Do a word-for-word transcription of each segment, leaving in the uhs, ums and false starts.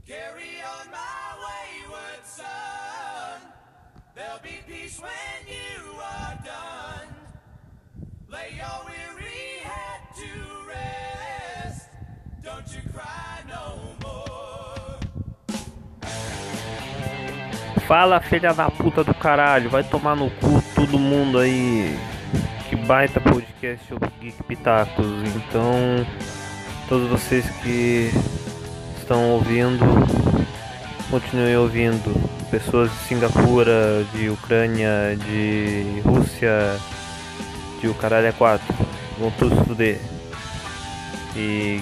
Carry on my wayward son. There'll be peace when you are done. Lay your weary head to rest. Don't you cry no more. Fala, filha da puta do caralho, vai tomar no cu todo mundo aí. Que baita podcast sobre Geek Pitacos. Então, todos vocês que estão ouvindo, continuem ouvindo. Pessoas de Singapura, de Ucrânia, de Rússia, de o caralho é quatro, vão todos fuder. E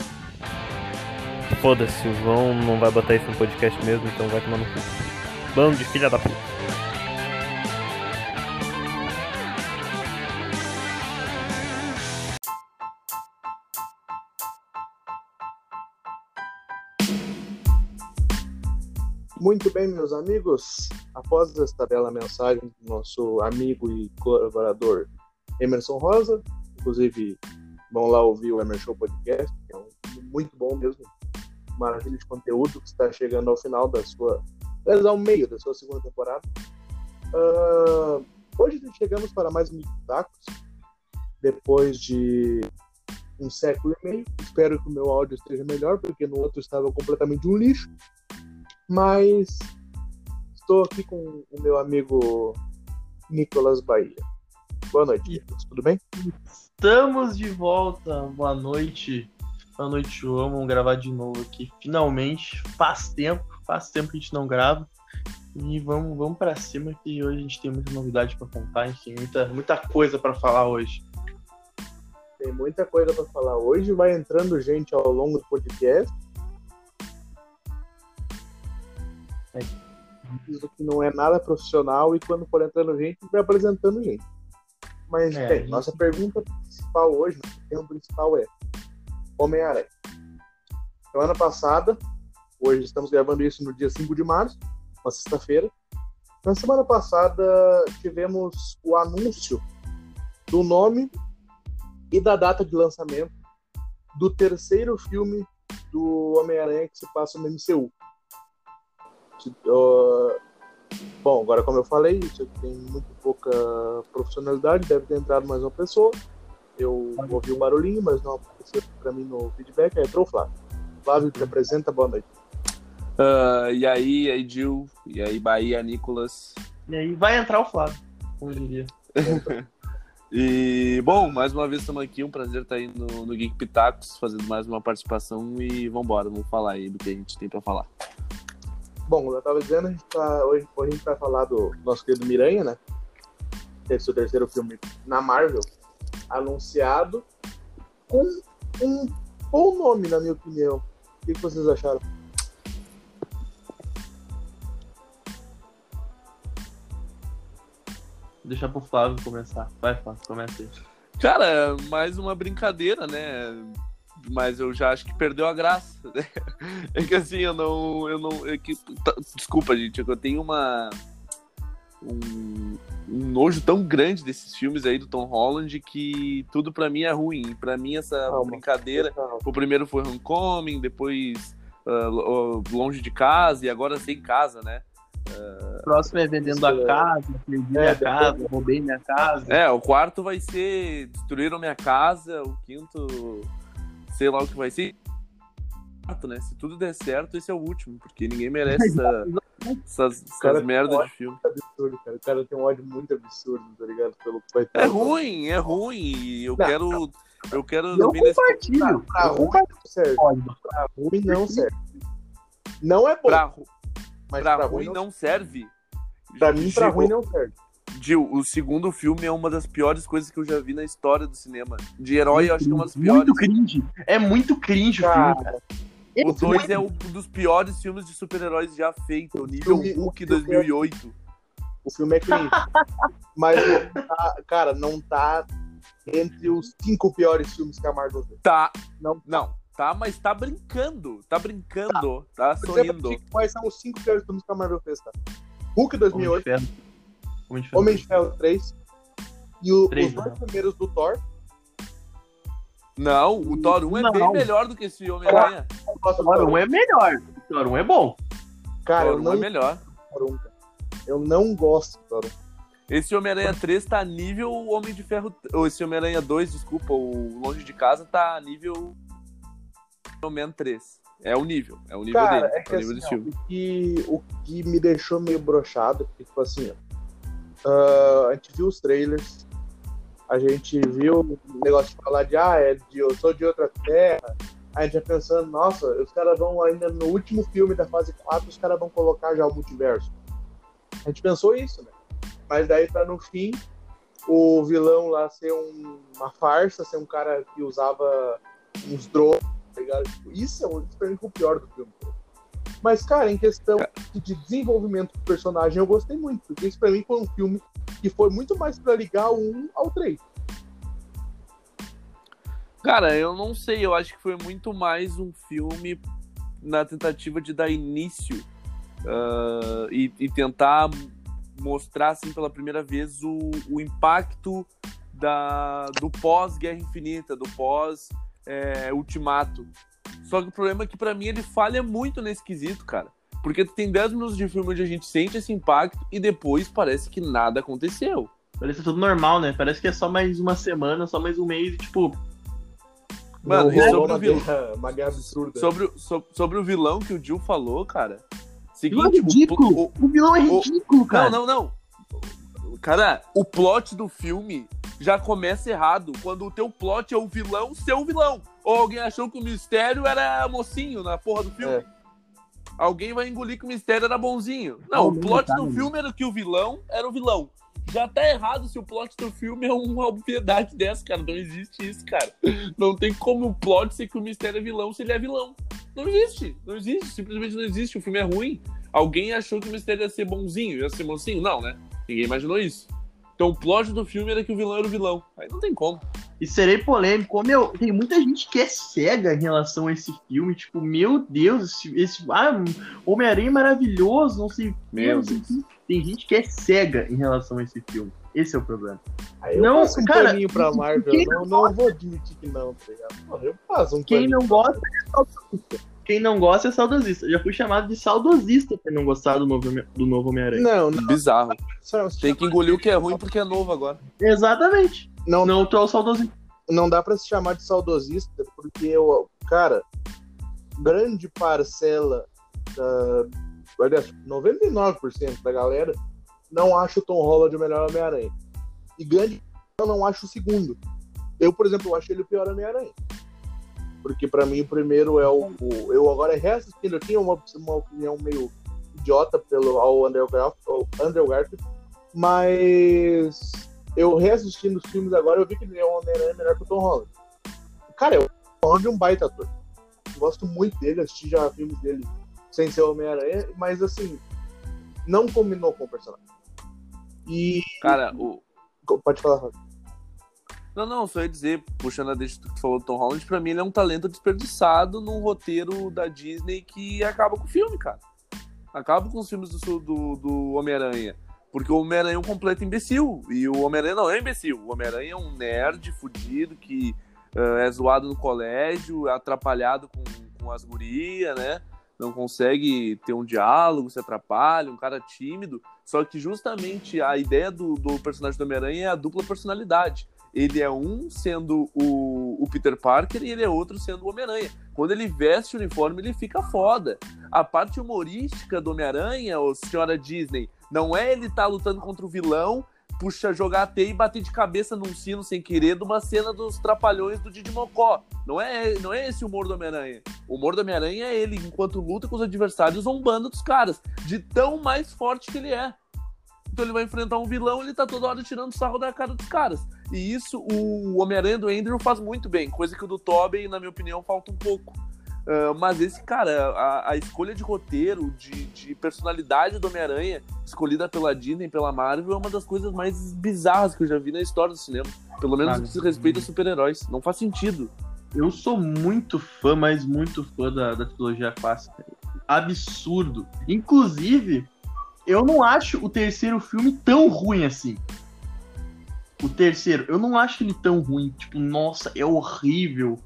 foda-se, o João não vai botar isso no podcast mesmo, então vai tomar no cu. Bando de filha da puta. Muito bem, meus amigos, após esta bela mensagem do nosso amigo e colaborador Emerson Rosa, inclusive vão lá ouvir o Emerson Show Podcast, que é um muito bom mesmo, maravilha de conteúdo que está chegando ao final da sua, ao meio da sua segunda temporada. Uh, hoje chegamos para mais um Geek Pitacos, depois de um século e meio. Espero que o meu áudio esteja melhor, porque no outro estava completamente um lixo. Mas estou aqui com o meu amigo Nicolas Bahia. Boa noite, Nicolas. Tudo bem? Estamos de volta. Boa noite. Boa noite, João. Vamos gravar de novo aqui. Finalmente. Faz tempo. Faz tempo que a gente não grava. E vamos, vamos para cima, que hoje a gente tem muita novidade para contar. Enfim, muita, muita coisa para falar hoje. Tem muita coisa para falar hoje. Vai entrando gente ao longo do podcast. É. Isso aqui não é nada profissional, e quando for entrando gente, vai apresentando gente. Mas, é, bem, gente... nossa pergunta principal hoje, o tema principal é Homem-Aranha. Semana passada, hoje estamos gravando isso no dia cinco de março, uma sexta-feira. Na semana passada, tivemos o anúncio do nome e da data de lançamento do terceiro filme do Homem-Aranha que se passa no M C U. Uh, bom, agora como eu falei, isso aqui tem muito pouca profissionalidade, deve ter entrado mais uma pessoa. Eu ouvi o barulhinho, mas não apareceu pra mim no feedback. Aí entrou o Flávio. Flávio, te apresenta, boa noite. Uh, e aí, aí Gil, e aí Bahia, Nicolas. E aí vai entrar o Flávio, como eu diria. E, bom, mais uma vez estamos aqui, um prazer estar aí no, no Geek Pitacos, fazendo mais uma participação, e vambora, vamos falar aí do que a gente tem pra falar. Bom, como eu estava dizendo, a gente tá, hoje, hoje a gente vai falar do nosso querido Miranha, né? Esse é o terceiro filme na Marvel, anunciado com um bom nome, na minha opinião. O que vocês acharam? Vou deixar pro Flávio começar. Vai, Flávio, começa aí. Cara, mais uma brincadeira, né? Mas eu já acho que perdeu a graça, né? É que assim, eu não... Eu não é que, tá, desculpa, gente, é que eu tenho uma... Um, um nojo tão grande desses filmes aí do Tom Holland que tudo pra mim é ruim. Pra mim, essa Calma. brincadeira... Calma. O primeiro foi Homecoming, depois uh, Longe de Casa, e agora Sem Casa, né? Uh, o próximo é Vendendo a Casa, Perdi é, minha casa, depois... Roubei minha casa. É, o quarto vai ser Destruíram Minha Casa, o quinto... sei lá o que vai ser, né? Se tudo der certo, esse é o último, porque ninguém merece essa, essas, essas merdas de filme. Absurdo, cara. O cara tem um ódio muito absurdo, tá ligado? Pelo é ruim, é ruim. Eu não, quero. Não. Eu quero. Eu compartilho. Pra, pra ruim não serve. Pra ruim não serve. Não é bom. Pra, mas pra, pra ruim não, não serve. Pra mim, pra ruim não serve. Gil, o segundo filme é uma das piores coisas que eu já vi na história do cinema. De herói, eu acho que é uma das piores. Muito cringe. É muito cringe o filme, cara. O dois é um dos piores filmes de super-heróis já feito. O nível filme, Hulk dois mil e oito. O filme é cringe. Mas, tá, cara, não tá entre os cinco piores filmes que a Marvel fez. Tá. Não, não. Tá, mas tá brincando. Tá brincando. Tá, tá sorrindo. Exemplo, quais são os cinco piores filmes que a Marvel fez, tá? Hulk dois mil e oito. Homem de Ferro, Homem de Ferro três. E o, três, os dois não. primeiros do Thor. Não, o Thor um é não. bem melhor do que esse Homem-Aranha. O Thor um é melhor. Thor um é bom. Cara, Thor eu um não é melhor. Thor um, cara. Eu não gosto do Thor um. Esse Homem-Aranha três tá nível Homem de Ferro... Ou esse Homem-Aranha dois, desculpa, o Longe de Casa tá nível Homem-Man três. É o nível, é o nível Cara, dele, é que é o nível assim, desse ó, filme. o, que, o que me deixou meio broxado, porque, tipo assim, ó, uh, a gente viu os trailers, a gente viu o negócio de falar de, ah, é de, eu sou de outra terra, a gente já pensando, nossa, os caras vão ainda no último filme da fase quatro, os caras vão colocar já o multiverso. A gente pensou isso, né? Mas daí tá no fim o vilão lá ser um, uma farsa, ser um cara que usava uns drones, tá ligado? Isso é o, isso pra mim foi o pior do filme. Mas, cara, em questão de desenvolvimento do personagem, eu gostei muito, porque isso pra mim foi um filme que foi muito mais pra ligar o um ao três. Cara, eu não sei, eu acho que foi muito mais um filme na tentativa de dar início uh, e, e tentar mostrar, assim, pela primeira vez o, o impacto da, do pós-Guerra Infinita, do pós-Ultimato. Só que o problema é que, pra mim, ele falha muito nesse quesito, cara. Porque tu tem dez minutos de filme onde a gente sente esse impacto e depois parece que nada aconteceu. Parece tudo normal, né? Parece que é só mais uma semana, só mais um mês e, tipo... Mano, Não, e sobre rolou o vilão... uma guerra, uma guerra absurda. Sobre, o- so- sobre o vilão que o Jill falou, cara... vilão é Seguinte, ridículo! o- O, vilão é o- ridículo, cara! Não, não, não. Cara, o plot do filme já começa errado quando o teu plot é o vilão ser o vilão. Ou alguém achou que o mistério era mocinho na porra do filme. É. Alguém vai engolir que o mistério era bonzinho. Não, o plot do filme era que o vilão era o vilão. Já tá errado se o plot do filme é uma obviedade dessa, cara. Não existe isso, cara. Não tem como o plot ser que o mistério é vilão se ele é vilão. Não existe. Não existe. Simplesmente não existe. O filme é ruim. Alguém achou que o mistério ia ser bonzinho, ia ser mocinho? Não, né? Ninguém imaginou isso. Então o plot do filme era que o vilão era o vilão. Aí não tem como. E serei polêmico, meu, tem muita gente que é cega em relação a esse filme, tipo, meu Deus, esse, esse ah, Homem-Aranha é maravilhoso, não sei, Meu não sei o que. Tem gente que é cega em relação a esse filme. Esse é o problema. Aí eu Não, passo um cara, paninho pra Marvel, quem não, não vou admitir que não, tá ligado? Porra, eu passo um Quem paninho. não gosta é saudosista. Quem não gosta é saudosista. Eu já fui chamado de saudosista por não gostar do novo, do novo Homem-Aranha. Não, não. Bizarro. Só- Tem que engolir o que é ruim porque é novo agora. Exatamente. Não, Não, eu tô saudosista. não dá pra se chamar de saudosista, porque eu, cara, grande parcela da, aliás, noventa e nove por cento da galera não acha o Tom Holland o melhor Homem-Aranha. E grande eu não acho o segundo. Eu, por exemplo, eu acho ele o pior Homem-Aranha. Porque pra mim o primeiro é o, o eu agora reassistindo, eu tinha uma, uma opinião meio idiota pelo ao Andrew Garfield, ao Andrew Garfield, mas eu reassistindo os filmes agora, eu vi que ele é um Homem-Aranha melhor que o Tom Holland. Cara, o Tom Holland é um baita ator. Eu gosto muito dele, assisti já filmes dele sem ser Homem-Aranha, mas assim, não combinou com o personagem. E. Cara, o... Pode falar, Rafa. Não, não, só ia dizer, puxando a deixa que tu falou do Tom Holland, pra mim ele é um talento desperdiçado num roteiro da Disney que acaba com o filme, cara. Acaba com os filmes do, do, do Homem-Aranha. Porque o Homem-Aranha é um completo imbecil. E o Homem-Aranha não é um imbecil. O Homem-Aranha é um nerd fudido que uh, é zoado no colégio, é atrapalhado com, com as gurias, né? Não consegue ter um diálogo, se atrapalha, um cara tímido. Só que justamente a ideia do, do personagem do Homem-Aranha é a dupla personalidade. Ele é um sendo o, o Peter Parker e ele é outro sendo o Homem-Aranha. Quando ele veste o uniforme, ele fica foda. A parte humorística do Homem-Aranha, ô senhora Disney, não é ele estar tá lutando contra o vilão, puxa, jogar a teia e bater de cabeça num sino sem querer de uma cena dos Trapalhões do Didi Mocó. Não é, não é esse o humor do Homem-Aranha. O humor do Homem-Aranha é ele, enquanto luta com os adversários, zombando dos caras. De tão mais forte que ele é. Então ele vai enfrentar um vilão, ele tá toda hora tirando sarro da cara dos caras. E isso o Homem-Aranha do Andrew faz muito bem, coisa que o do Tobey, na minha opinião, falta um pouco. Uh, mas esse, cara, a, a escolha de roteiro, de, de personalidade do Homem-Aranha, escolhida pela Disney, pela Marvel, é uma das coisas mais bizarras que eu já vi na história do cinema. Pelo menos no que se respeita a super-heróis. Não faz sentido. Eu sou muito fã, mas muito fã da, da trilogia clássica. Absurdo. Inclusive, eu não acho o terceiro filme tão ruim assim. O terceiro, eu não acho ele tão ruim. Tipo, nossa, é horrível o filme.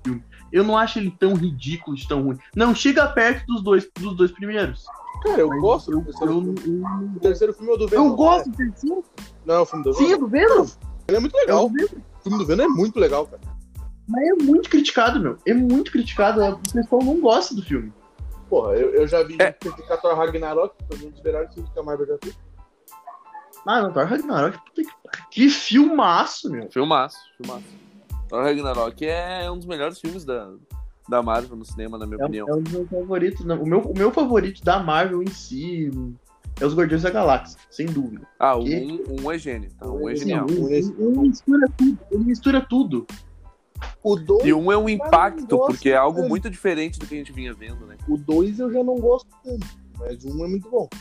eu não acho ele tão ridículo de tão ruim. Não chega perto dos dois, dos dois primeiros. Cara, eu Mas gosto eu, do terceiro eu, filme. eu, O terceiro filme é o do Venom. eu gosto né? do terceiro. Não, é o filme do Sim, é Venom. do Venom. Ele é muito É legal. do Venom. O filme do Venom é muito legal, cara. Mas é muito criticado, meu. É muito criticado. O pessoal não gosta do filme. Porra, eu, eu já vi É. criticar Thor Ragnarok, que foi um dos melhores filmes que a Marvel já fez. Ah, não, Thor Ragnarok, puta que pariu. Que filmaço, meu. Filmaço, filmaço. Thor Ragnarok é um dos melhores filmes da, da Marvel no cinema, na minha É, opinião. é um dos meus favoritos. Não. O, meu, o meu favorito da Marvel em si é os Guardiões da Galáxia, sem dúvida. Ah, Que- um, um é gênio, tá? Um é Sim, genial. Ele, ele- ele mistura tudo. Ele mistura tudo. O dois, E um é um não impacto, gosto porque é algo tanto. muito diferente do que a gente vinha vendo, né? o dois eu já não gosto tanto, mas um é muito bom.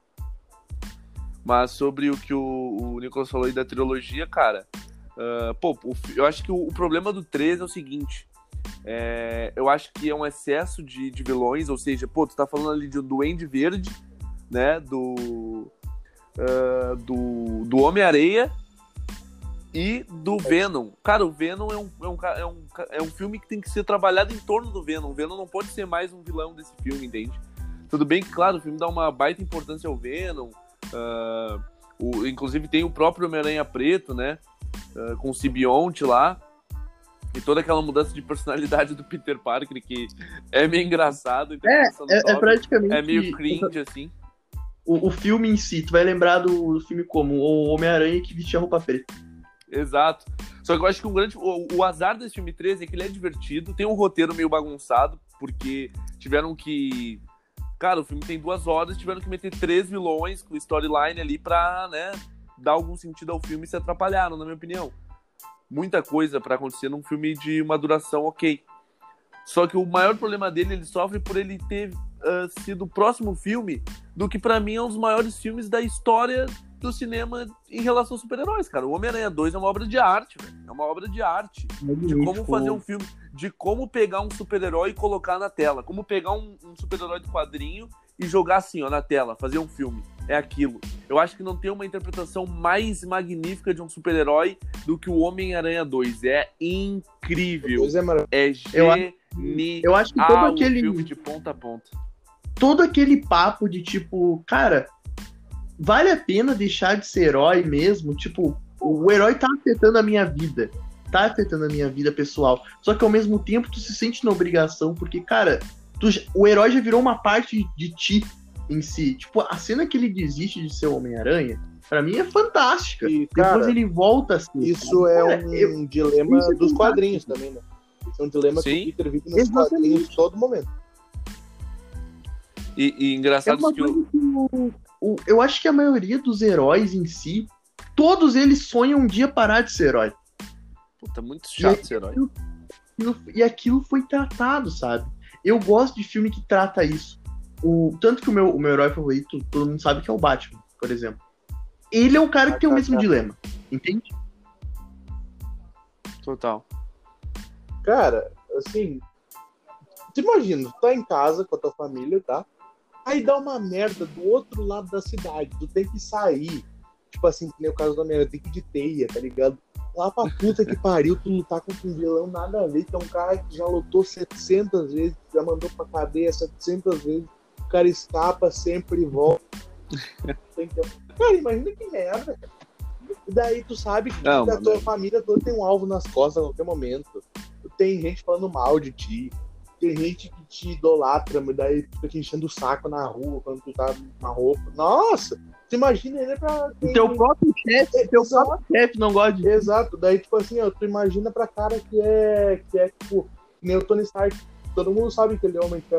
Mas sobre o que o, o Nicolas falou aí da trilogia, cara, ah, pô, o fi- eu acho que o, o problema do três é o seguinte. é, eu acho que é um excesso de, de vilões, ou seja, pô, tu tá falando ali de um Duende Verde, né? Do. ah, do, do Homem-Areia e do Venom. Cara, o Venom é um, é, um, ca- é, um, ca- é um filme que tem que ser trabalhado em torno do Venom. O Venom não pode ser mais um vilão desse filme, entende? Tudo bem que, claro, o filme dá uma baita importância ao Venom. ah, o, inclusive tem o próprio Homem-Aranha Preto, né? ah, com o simbionte lá. E toda aquela mudança de personalidade do Peter Parker, que é meio engraçado. a interpretação do É, é Tobey praticamente. é meio cringe, assim. O, o filme em si, tu vai lembrar do, do filme como o Homem-Aranha que vestia roupa preta. Exato. Só que eu acho que um grande. O, o azar desse filme três é que ele é divertido, tem um roteiro meio bagunçado, porque tiveram que. Cara, o filme tem duas horas, tiveram que meter três vilões com storyline ali pra, né, dar algum sentido ao filme e se atrapalharam, na minha opinião. Muita coisa pra acontecer num filme de uma duração ok. Só que o maior problema dele, ele sofre por ele ter ah, sido o próximo filme do que pra mim é um dos maiores filmes da história do cinema em relação aos super-heróis, cara. O Homem-Aranha dois é uma obra de arte, velho. É uma obra de arte. De como fazer um filme, de como pegar um super-herói e colocar na tela. Como pegar um, um super-herói do quadrinho e jogar assim, ó, na tela, fazer um filme. É aquilo. Eu acho que não tem uma interpretação mais magnífica de um super-herói do que o Homem-Aranha dois. É O incrível. dois é maravilhoso. É Eu acho- genial. Eu acho que todo o aquele. filme de ponta a ponta. todo aquele papo de tipo, cara, vale a pena deixar de ser herói mesmo? Tipo, o herói tá afetando a minha vida, tá afetando a minha vida pessoal. Só que ao mesmo tempo tu se sente na obrigação, porque, cara, tu já- o herói já virou uma parte de ti em si. Tipo, a cena que ele desiste de ser o Homem-Aranha, pra mim é fantástica. E, Depois cara, ele volta a ser. Isso é Cara, um eu- dilema isso é dos fantástico. quadrinhos também, né? Isso é um dilema Sim. que o Peter vive nos Exatamente. quadrinhos todo momento. E, e É engraçado uma que o, coisa que o- o- eu acho que a maioria dos heróis em si, todos eles sonham um dia parar de ser herói. Pô, tá muito chato esse herói. Aquilo- E aquilo foi tratado, sabe? Eu gosto de filme que trata isso. O, tanto que o meu, o meu herói favorito, todo mundo sabe que é o Batman, por exemplo. Ele é o cara que tem o mesmo dilema, entende? Total. Cara, assim, tu imagina, tu tá em casa com a tua família, tá? Aí dá uma merda do outro lado da cidade, tu tem que sair. Tipo assim, que nem o caso da minha, tem que ir de teia, tá ligado? Lá pra puta que pariu, tu lutar contra um vilão nada a ver, que é um cara que já lutou setecentas vezes, já mandou pra cadeia setecentas vezes, o cara escapa sempre e volta. Tem que- Cara, imagina que merda, cara. E daí tu sabe que Não, a mano. tua família toda tem um alvo nas costas a qualquer momento. Tem gente falando mal de ti, tem gente que te idolatra, mas daí fica te enchendo o saco na rua quando tu tá na roupa. Nossa! Você imagina ele pra. O teu próprio chefe, o teu Exato. próprio chefe não gosta de. Exato, daí tipo assim, ó, tu imagina pra cara que é. que é tipo, que nem o Tony Stark. Todo mundo sabe que ele é homem de ferro.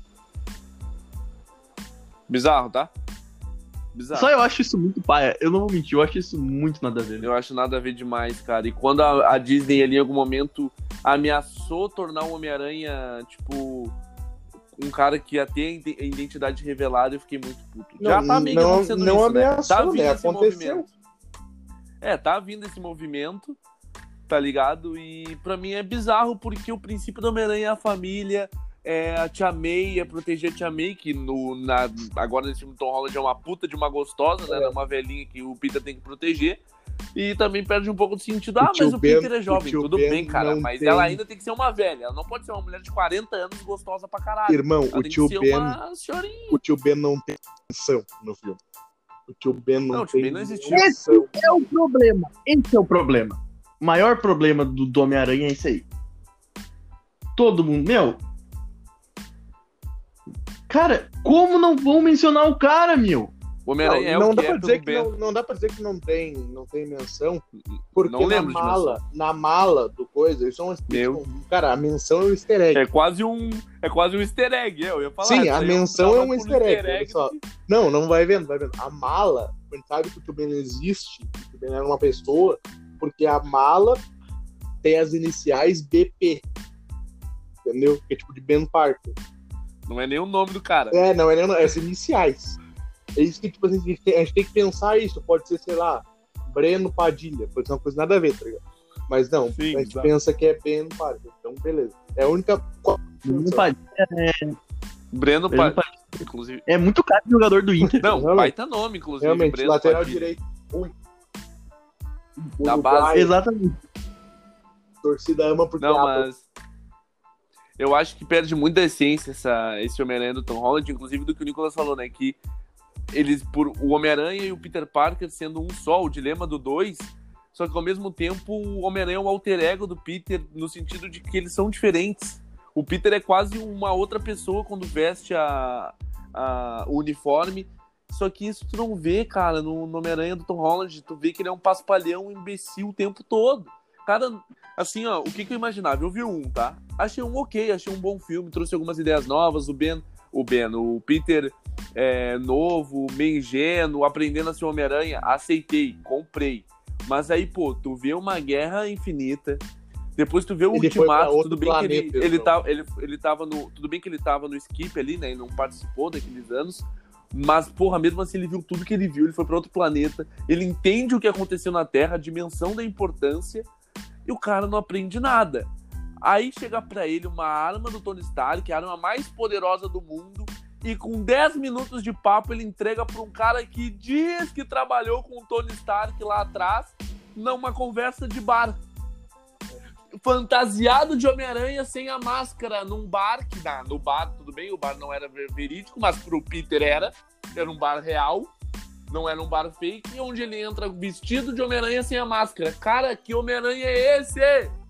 Bizarro, tá? Bizarro. Só eu acho isso muito paia. Eu não vou mentir, eu acho isso muito nada a ver. Eu acho nada a ver demais, cara. E quando a, a Disney ali em algum momento ameaçou tornar o Homem-Aranha, tipo, um cara que ia ter a ide- a identidade revelada, eu fiquei muito puto. Já Não, tá meio que não- acontecendo não isso, né? ameaçou, Tá vindo né? esse Aconteceu. movimento. É, tá vindo esse movimento, tá ligado? E pra mim é bizarro porque o princípio do Homem-Aranha é a família, é, a Tia May, é proteger a Tia May, que no, na, agora nesse filme Tom Holland é uma puta de uma gostosa, né? É. É uma velhinha que o Peter tem que proteger. E também perde um pouco do sentido. Ah, tio mas o Ben- Peter é o jovem. tio Tudo Ben bem, cara. não Mas tem- ela ainda tem que ser uma velha. Ela não pode ser uma mulher de quarenta anos gostosa pra caralho. Irmão, Ela o tem tio que ser Ben, uma senhorinha. o tio Ben não tem menção no filme. O tio Ben não, Não, o tio tem Ben não existiu. menção. Esse é o problema. Esse é o problema. O maior problema do, do Homem-Aranha é esse aí. Todo mundo. Meu. Cara, como não vão mencionar o cara, meu? O Homem-Aranha é não, o não que dá é pra dizer pelo que Ben. não, não dá pra dizer que não tem, não tem menção, porque Não na lembro de mala, na mala do coisa, eles são Meu. cara, a menção é um easter egg. É quase um, é quase um easter egg, eu ia falar. Sim, isso a aí menção eu é tava um por easter egg, olha só. do que- Não, não vai vendo, vai vendo. A mala, a gente sabe que o tio Ben existe, que o tio Ben era uma pessoa, porque a mala tem as iniciais B P. Entendeu? Que é tipo de Ben Parker. Não é nem o nome do cara. É, não, é, nem- é as iniciais. É isso que, tipo, assim, a gente tem- a gente tem que pensar isso. Pode ser, sei lá, Breno Padilha. Pode ser uma coisa nada a ver, tá ligado? Mas não, Sim, a gente exato. pensa que é Ben Parker. Então, beleza. É a única. Não faz- Breno Breno Padilha, inclusive. É muito caro de jogador do Inter. Não, Realmente. baita nome, inclusive. Realmente, Breno lateral Padilha. direito. Ui. Da Uruguai, base. Exatamente. a torcida ama porque Não, abre. mas eu acho que perde muito da essência essa, esse Homem-Aranha do Tom Holland, inclusive do que o Nicolas falou, né? Que eles, por o Homem-Aranha e o Peter Parker sendo um só, o dilema do dois, só que ao mesmo tempo o Homem-Aranha é um alter ego do Peter, no sentido de que eles são diferentes. O Peter é quase uma outra pessoa quando veste a, a, o uniforme. Só que isso tu não vê, cara, no, no Homem-Aranha do Tom Holland. Tu vê que ele é um paspalhão, um imbecil o tempo todo. Cara, assim, ó, o que, que eu imaginava? Eu vi um, tá? Achei um ok, achei um bom filme, trouxe algumas ideias novas. O Ben, o Ben, o Peter é, novo, meio ingênuo, aprendendo a ser Homem-Aranha. Aceitei, comprei. Mas aí, pô, tu vê uma guerra infinita. Depois tu vê o Ele foi pra Ultimato, outro tudo bem que ele, planeta, ele, então. tava, ele, ele tava no. Tudo bem que ele tava no skip ali, né? Ele não participou daqueles anos. Mas, porra, mesmo assim ele viu tudo que ele viu, ele foi pra outro planeta, ele entende o que aconteceu na Terra, a dimensão da importância, e o cara não aprende nada. Aí chega pra ele uma arma do Tony Stark, a arma mais poderosa do mundo, e com dez minutos de papo ele entrega pra um cara que diz que trabalhou com o Tony Stark lá atrás, numa conversa de bar. Fantasiado de Homem-Aranha sem a máscara num bar, que na, no bar, tudo bem, o bar não era verídico, mas pro Peter era, era um bar real, não era um bar fake, onde ele entra vestido de Homem-Aranha sem a máscara. Cara, que Homem-Aranha é esse?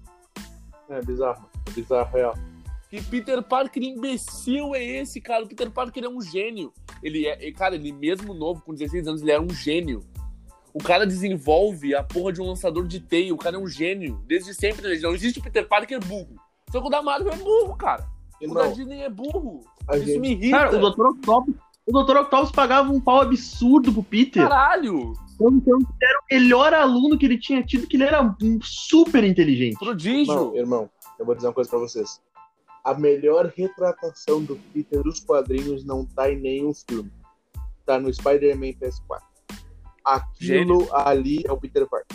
É bizarro, é bizarro, real. Que Peter Parker imbecil é esse, cara? O Peter Parker é um gênio. Ele é, cara, ele mesmo novo, com dezesseis anos, ele era um gênio. O cara desenvolve a porra de um lançador de teia. O cara é um gênio. Desde sempre, não existe Peter Parker burro. Só que o da Marvel é burro, cara. O Irmão, da Disney é burro. a Isso gente- me irrita. Cara, o doutor Octopus, o doutor Octopus pagava um pau absurdo pro Peter. Caralho. Então ele era o melhor aluno que ele tinha tido, que ele era um super inteligente. Prodígio. Irmão, irmão, eu vou dizer uma coisa pra vocês. A melhor retratação do Peter dos quadrinhos não tá em nenhum filme. Tá no Spider-Man P S quatro. Aquilo ali é o Peter Parker.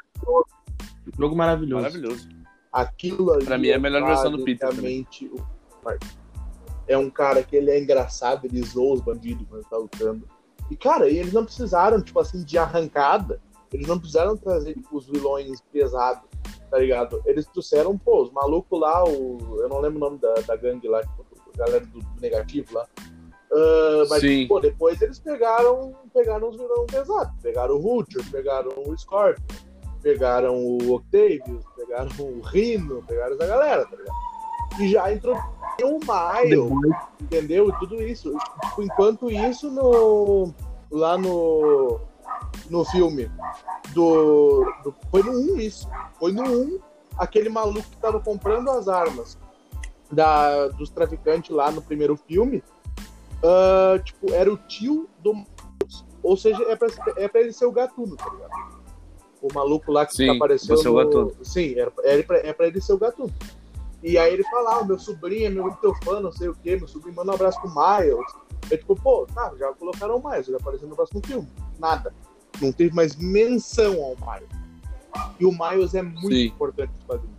Jogo maravilhoso. Maravilhoso. Aquilo ali Pra mim é a melhor versão do Peter basicamente o Parker. É um cara que ele é engraçado, ele zoa os bandidos quando ele tá lutando. E, cara, e eles não precisaram, tipo assim, de arrancada. Eles não precisaram trazer tipo, os vilões pesados, tá ligado? Eles trouxeram, pô, os malucos lá, o... eu não lembro o nome da, da gangue lá, tipo, a galera do, do negativo lá. Ah, mas, Sim. pô, depois eles pegaram, pegaram os vilões pesados. Pegaram o Vulture, pegaram o Scorpion, pegaram o Octavius, pegaram o Rhino, pegaram essa galera, tá ligado? E já entrou o Miles, entendeu? E tudo isso. Tipo, enquanto isso, no, lá no, no filme do, do. Foi no um isso. Foi no um, aquele maluco que tava comprando as armas da, dos traficantes lá no primeiro filme. Uh, tipo, era o tio do Miles. Ou seja, é pra, é pra ele ser o Gatuno, tá ligado? O maluco lá que Sim, apareceu você é o no... Gatuno. Sim, é, é, pra, é pra ele ser o Gatuno. E aí ele fala, ah, meu sobrinho é meu muito teu fã, não sei o quê, meu sobrinho manda um abraço pro Miles. É tipo, pô, tá, já colocaram o Miles, ele apareceu no próximo filme. Nada. Não teve mais menção ao Miles. E o Miles é muito Sim. importante nos quadrinhos.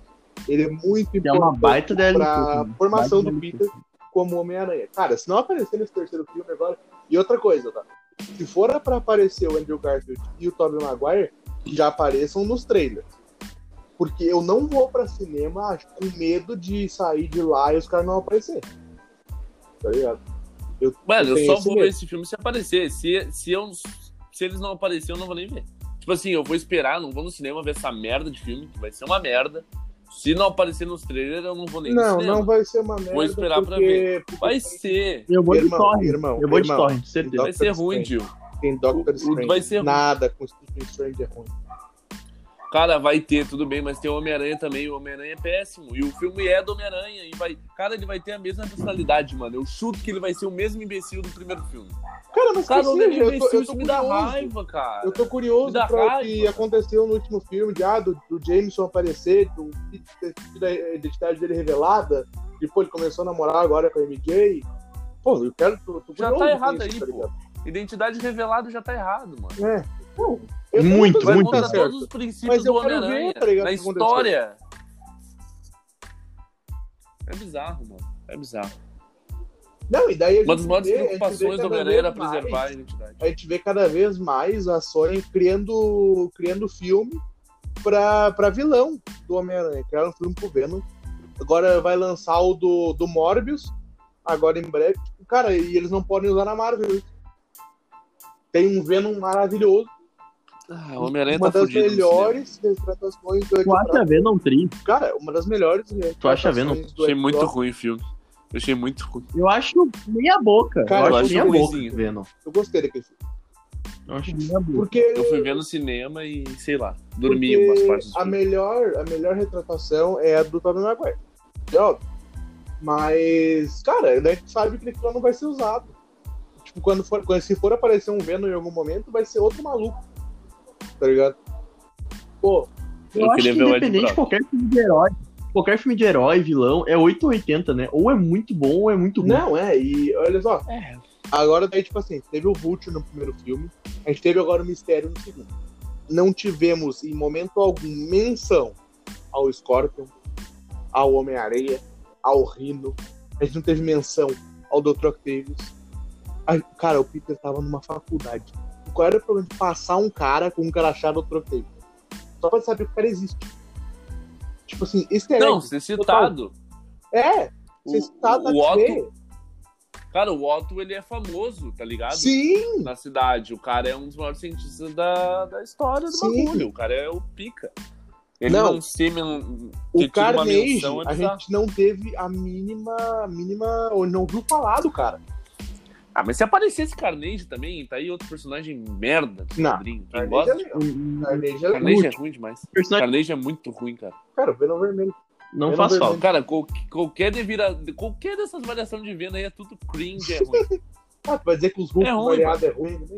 Ele é muito Que é uma importante baita D L C, pra né? formação Baita do D L C. Peter como Homem-Aranha. Cara, se não aparecer nesse terceiro filme agora... E outra coisa, tá? Se for pra aparecer o Andrew Garfield e o Tobey Maguire, que já apareçam nos trailers. Porque eu não vou pra cinema com medo de sair de lá e os caras não aparecerem. Tá ligado? Eu, Mano, eu tenho só esse vou medo. ver esse filme se aparecer. Se, se, eu, se eles não aparecerem, eu não vou nem ver. Tipo assim, eu vou esperar, não vou no cinema ver essa merda de filme, que vai ser uma merda. Se não aparecer nos trailers, eu não vou nem no Não, cinema. não vai ser uma merda. Vou esperar porque, pra ver. porque Vai tem- ser. Eu vou de Irmão, torrent. irmão, Eu vou de irmão. torrent, certeza. Vai ser Doctor ruim, Strange. Gil. Tem Doctor O- o- Strange. vai ser ruim. Nada com Stephen Strange é ruim. Cara, vai ter, tudo bem, mas tem o Homem-Aranha também. O Homem-Aranha é péssimo. E o filme é do Homem-Aranha. E vai... Cara, ele vai ter a mesma personalidade, mano. Eu chuto que ele vai ser o mesmo imbecil do primeiro filme. Cara, mas Cara, que o seja, Homem-Aranha eu tô, imbecil, eu tô isso me dá curioso. raiva, cara. Eu tô Me curioso dá pra o raiva. que aconteceu no último filme, de, ah, do, do Jameson aparecer, do Peter ter a identidade dele revelada, e pô, ele começou a namorar agora com a M J. Pô, eu quero. Tô, tô Já curioso tá com errado isso, aí, tá pô. ligado? Identidade revelada já tá errado, mano. É. Pô, eu Muito, tô Vai dizendo muito que tá contra certo. todos os princípios Mas eu do quero ver, Homem-Aranha. tá ligado, Na o que aconteceu. história. É bizarro, mano. É bizarro. Não, e daí a Uma das gente maiores vê- a gente vê preocupações do cada Homem-Aranha era vez mais- preservar a identidade. A gente vê cada vez mais a Sony criando, criando filme pra, pra vilão do Homem-Aranha. Criaram um filme pro Venom. Agora vai lançar o do, do Morbius, agora em breve. Cara, e eles não podem usar na Marvel. Tem um Venom maravilhoso. Ah, o Homem-Aranha Uma tá das fudido no cinema. melhores retratações do Ed Tu acha Brock. Venom tri? Cara, uma das melhores Tu acha Venom? retratações do Achei Ed muito Brock. ruim o filme. Eu achei muito ruim. Eu acho meia boca. Cara, eu eu acho acho meia boca, ruinzinho. Venom. Eu gostei daquele filme. Eu acho meia boca. Porque, Eu fui ver no cinema e, sei lá, dormi porque umas partes do a filme. melhor, a melhor retratação é a do Tobey Maguire. É óbvio. Mas, cara, a gente sabe que aquilo não vai ser usado. Tipo, quando for, quando, se for aparecer um Venom em algum momento, vai ser outro maluco. Tá ligado? Pô, Eu, Eu acho que queria ver o Ed independente de Brock. qualquer filme de herói, qualquer filme de herói, vilão, é oito ou oitenta, né? Ou é muito bom ou é muito ruim. não, é, e olha só. É. Agora daí, tipo assim, teve o Vulture no primeiro filme, a gente teve agora o Mistério no segundo. Não tivemos, em momento algum, menção ao Scorpion, ao Homem-Areia, ao Rhino. A gente não teve menção ao doutor Octavius. A- Cara, o Peter tava numa faculdade. Qual era o problema de passar um cara com um crachá do doutor Octavius? Só pra saber que o cara existe. Tipo assim, easter egg. Não, ser citado. É, O, ser citado na o T V. Otto, cara, o Otto, ele é famoso, tá ligado? Sim! Na cidade. O cara é um dos maiores cientistas da, da história do Sim. bagulho. O cara é o pica. Ele Não. não, se men... O ter tido uma Carnage, menção é a bizarro. gente não teve a mínima, mínima, ou não viu falar do cara. Ah, mas se aparecesse Carnage também, tá aí outro personagem merda do Não, quadrinho. Quem Carnage é gosta? legal. Hum, Carnage é legal. Carnage é ruim demais. Personagem Carnage é muito ruim, cara. Cara, o Venom Vermelho. não Eu faz não falta. Cara, qual- qualquer, devira... qualquer dessas variações de Venom aí é tudo cringe, é ruim. Ah, tu vai dizer que os Hulk É ruim, variados é ruim também?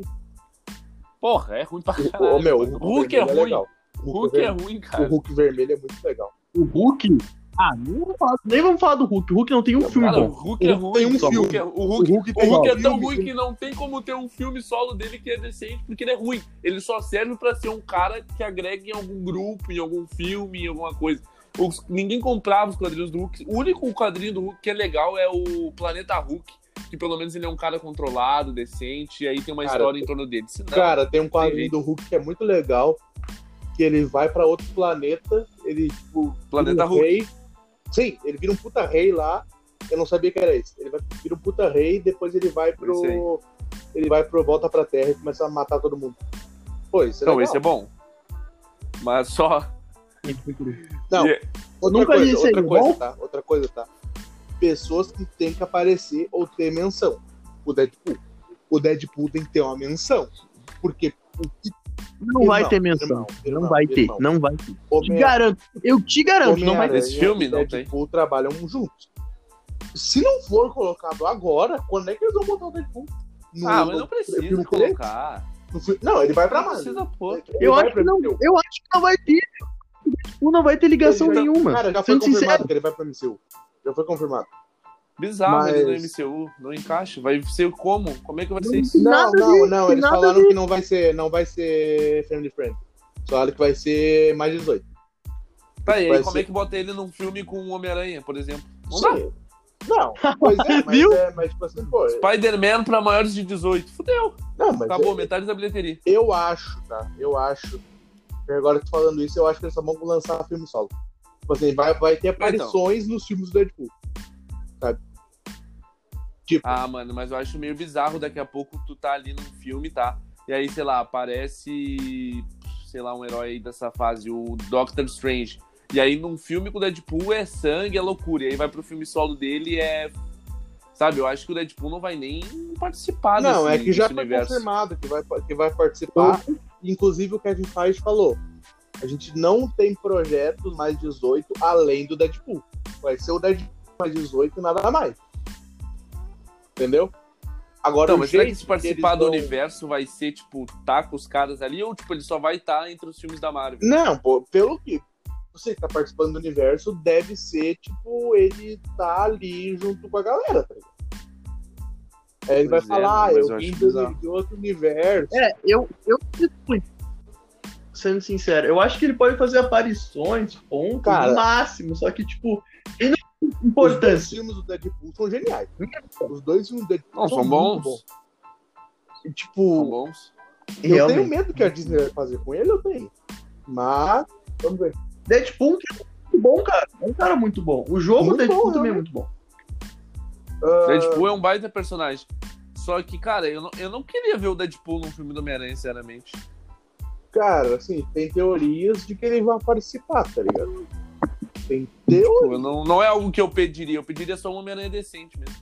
Porra, é ruim pra O, caralho. o, meu, o mano. Hulk, Hulk é vermelho ruim. legal. O Hulk é vermelho- ruim, O cara. Hulk vermelho é muito legal. O Hulk. Ah, nem vamos falar, nem vamos falar do Hulk. O Hulk não tem um filme Cara, o bom. Hulk é O Hulk ruim. tem um só. filme. O Hulk é, o Hulk, O Hulk o tem Hulk um é tão filme. ruim que não tem como ter um filme solo dele que é decente, porque ele é ruim. Ele só serve pra ser um cara que agrega em algum grupo, em algum filme, em alguma coisa. Os- ninguém comprava os quadrinhos do Hulk. O único quadrinho do Hulk que é legal é o Planeta Hulk, que pelo menos ele é um cara controlado, decente, e aí tem uma Cara, história em torno dele. Senão, Cara, tem um tem quadrinho jeito. do Hulk que é muito legal, que ele vai pra outro planeta, ele, tipo... Planeta vira um Hulk. rei. Sim, ele vira um puta rei lá, eu não sabia que era esse. Ele vai, vira um puta rei, depois ele vai Esse pro... Ele vai pro... volta pra Terra e começa a matar todo mundo. Pô, isso é Então, legal. esse é bom. Mas só. Não, E- outra Nunca coisa, li isso aí, outra coisa, bom? tá? Outra coisa, tá? Pessoas que têm que aparecer ou ter menção. O Deadpool. O Deadpool tem que ter uma menção. Porque o que Não vai Irmão, ter menção. irmão, irmão, Não vai ter. irmão. Não vai ter. Te Homem- garanto. Eu te garanto, não vai ter. Esse filme e não Deadpool trabalham juntos. Se não for colocado agora, quando é que eles vão botar o Deadpool? No- Ah, mas no- não precisa no filme colocar. no filme- Não, ele vai pra Não Marvel. precisa pôr. Ele Eu vai acho pra que não. M C U. Eu acho que não vai ter. O Deadpool não vai ter ligação Ele já- nenhuma. Cara, já foi Sendo confirmado sincero. que ele vai pra M C U. Já foi confirmado. Bizarro Mas- ele no M C U. Não encaixa. Vai ser como? Como é que vai ser isso? Tem Não, nada a não, ver, não. tem Eles nada a falaram ver. que não vai ser, não vai ser Family Friend. Falaram que vai ser mais dezoito. Tá, e aí Vai como ser- é que bota ele num filme com o Homem-Aranha, por exemplo? Não dá. Sim. Não, pois é, mas, Viu? é, mas tipo assim, pô. Spider-Man pra maiores de dezoito. Fudeu. Não, mas Acabou, eu, metade da bilheteria. eu acho, tá? Eu acho. Agora que tô falando isso, eu acho que eles só vão lançar filme solo. Tipo assim, vai, vai ter aparições nos filmes do Deadpool. Sabe? Tipo, Ah, mano, mas eu acho meio bizarro daqui a pouco tu tá ali num filme, tá? E aí, sei lá, aparece, sei lá, um herói aí dessa fase, o Doctor Strange. E aí num filme com o Deadpool é sangue, é loucura. E aí vai pro filme solo dele e é... Sabe, eu acho que o Deadpool não vai nem participar não, desse, é que já desse foi universo. confirmado que vai, que vai participar. Inclusive o Kevin Feige falou. A gente não tem projetos mais dezoito além do Deadpool. Vai ser o Deadpool mais dezoito e nada mais. Entendeu? Agora, Então, o mas será que jeito se participar eles do vão- universo vai ser, tipo, tá com os caras ali? Ou, tipo, ele só vai estar entre os filmes da Marvel? Não, pô, pelo que você que tá participando do universo, deve ser, tipo, ele tá ali junto com a galera, tá ligado? Aí ele vai Pois é, falar, ah, mas eu eu vim acho de, bizarro. de outro universo. É, eu, eu sendo sincero, eu acho que ele pode fazer aparições, pontos, Cara. no máximo, só que, tipo, ele não tem Os dois importância. filmes do Deadpool são geniais. Os dois filmes do Deadpool Não, são muito bons. E, São tipo, bons. eu tenho Realmente. medo que a Disney vai fazer com ele, eu tenho. Mas, vamos ver. Deadpool é muito bom, cara. É um cara muito bom. O jogo Muito Deadpool bom, também é realmente. muito bom. Ah, Deadpool é um baita personagem. Só que, cara, eu não, eu não queria ver o Deadpool num filme do Homem-Aranha, sinceramente. Cara, assim, tem teorias de que ele vai participar, tá ligado? Tem Tipo, teorias. eu não, não é algo que eu pediria. Eu pediria só um Homem-Aranha decente mesmo.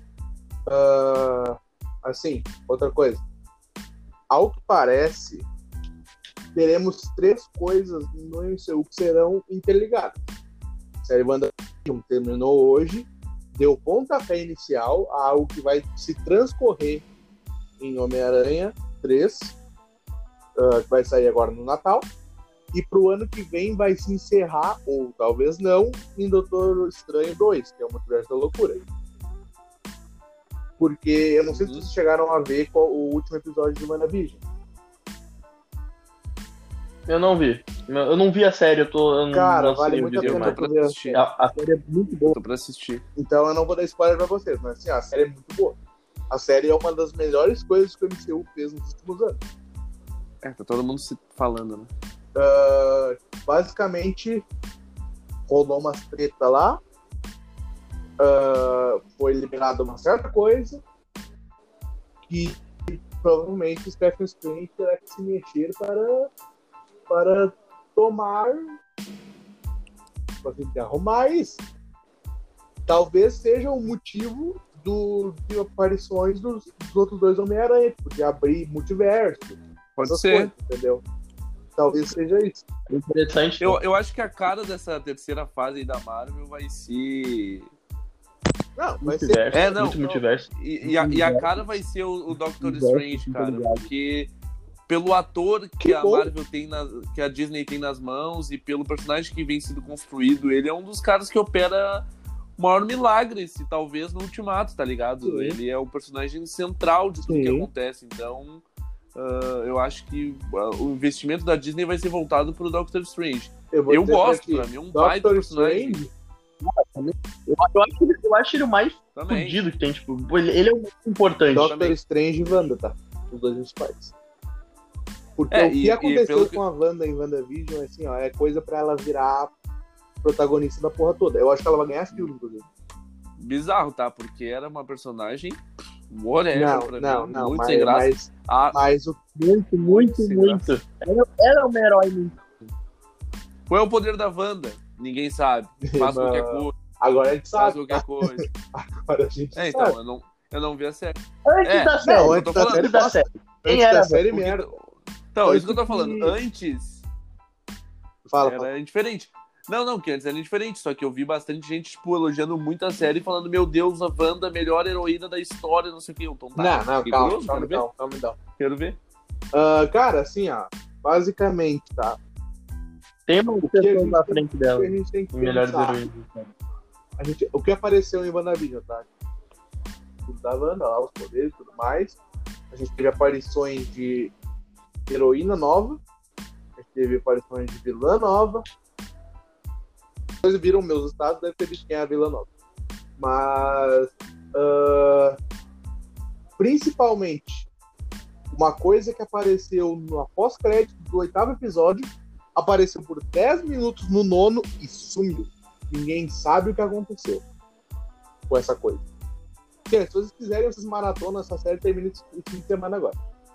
Ah, assim, outra coisa. Ao que parece, teremos três coisas no M C U que serão interligadas. A série WandaVision terminou hoje, deu pontapé inicial a algo que vai se transcorrer em Homem-Aranha três, uh, que vai sair agora no Natal, e pro ano que vem vai se encerrar, ou talvez não, em Doutor Estranho dois, que é o Multiverso da Loucura. Porque eu não sei se Uhum. vocês chegaram a ver qual, o último episódio de WandaVision. Eu não vi. Eu não vi a série, eu tô. Eu não, Cara, não vale sei muito a o vídeo pena mais. pra tu ver. assistir. A, a série é muito boa. Tô pra assistir. Então eu não vou dar spoiler pra vocês, mas assim, a série é muito boa. A série é uma das melhores coisas que o M C U fez nos últimos anos. É, tá todo mundo se falando, né? Uh, basicamente, rolou umas treta lá. Uh, foi liberada uma certa coisa. Que provavelmente o Stephen Strange terá que se mexer para, para tomar. Para arrumar isso. Talvez seja o motivo do, de aparições dos, dos outros dois Homem-Aranha, tipo, de abrir multiverso. Pode essas ser. coisas, entendeu? Talvez seja isso. Interessante. Eu, eu acho que a cara dessa terceira fase aí da Marvel vai ser... Não, vai ser. multiverso, É, não, muito não. multiverso. E, e a, e a cara vai ser o, o Doctor Multiverso, Strange, cara. muito ligado. Porque pelo ator que, Que a bom. Marvel tem, na, que a Disney tem nas mãos e pelo personagem que vem sendo construído, ele é um dos caras que opera o maior milagre, se talvez no Ultimato, tá ligado? Sim. Ele é o personagem central de tudo Sim. que acontece. Então, ah, eu acho que ah, o investimento da Disney vai ser voltado pro Doctor Strange. Eu, vou Eu dizer pra gosto, ti, pra mim é um baita Doctor personagem. Strange, Eu, eu, acho, ele- eu acho ele o mais Também. fudido que tem, tipo, ele, ele é o mais importante. Doctor também. Strange e Wanda, tá? Os dois principais. Porque É, o que e- e aconteceu pelo que- com a Wanda em WandaVision, assim, ó, é coisa pra ela virar protagonista da porra toda. Eu acho que ela vai ganhar filme, inclusive. Bizarro, tá? Porque era uma personagem whatever Não, pra não, mim, não, muito mas, sem graça. mas, A- mas o Muito, muito, Sem muito. Ela, ela é um herói muito. Qual é o poder da Wanda? Ninguém sabe. Faz Não, qualquer coisa, agora a gente faz sabe. qualquer coisa. Agora a gente É, sabe. então, eu não, eu não vi a série. Antes É, da série. Não, eu antes tô da falando, série, antes da passa. série. Quem Antes era? da série, O que- merda. Então, isso que eu tô Tanto falando. que- Antes Fala, fala. era indiferente. Não, não, que antes era indiferente, só que eu vi bastante gente, tipo, elogiando muito a série, falando, meu Deus, a Wanda, melhor heroína da história, não sei o que. Então, tá, Não, não, fiquei calma, curioso, calma, quero ver. calma, calma, calma. Quero ver. Ah, cara, assim, ó, basicamente, tá? Tem uma que a pessoa gente na tem- frente O dela. que a gente tem que Melhores pensar, heroínas. a gente, o que apareceu em WandaVision, tá? Tudo da Wanda, lá, os poderes e tudo mais. A gente teve aparições de heroína nova. A gente teve aparições de vilã nova. Depois viram meus estados, deve ter visto quem é a Vila Nova. Mas, uh, principalmente, uma coisa que apareceu no pós-crédito do oitavo episódio, apareceu por dez minutos no nono e sumiu. Ninguém sabe o que aconteceu com essa coisa. Se vocês quiserem, vocês maratonam essa série, termina esse fim de semana agora.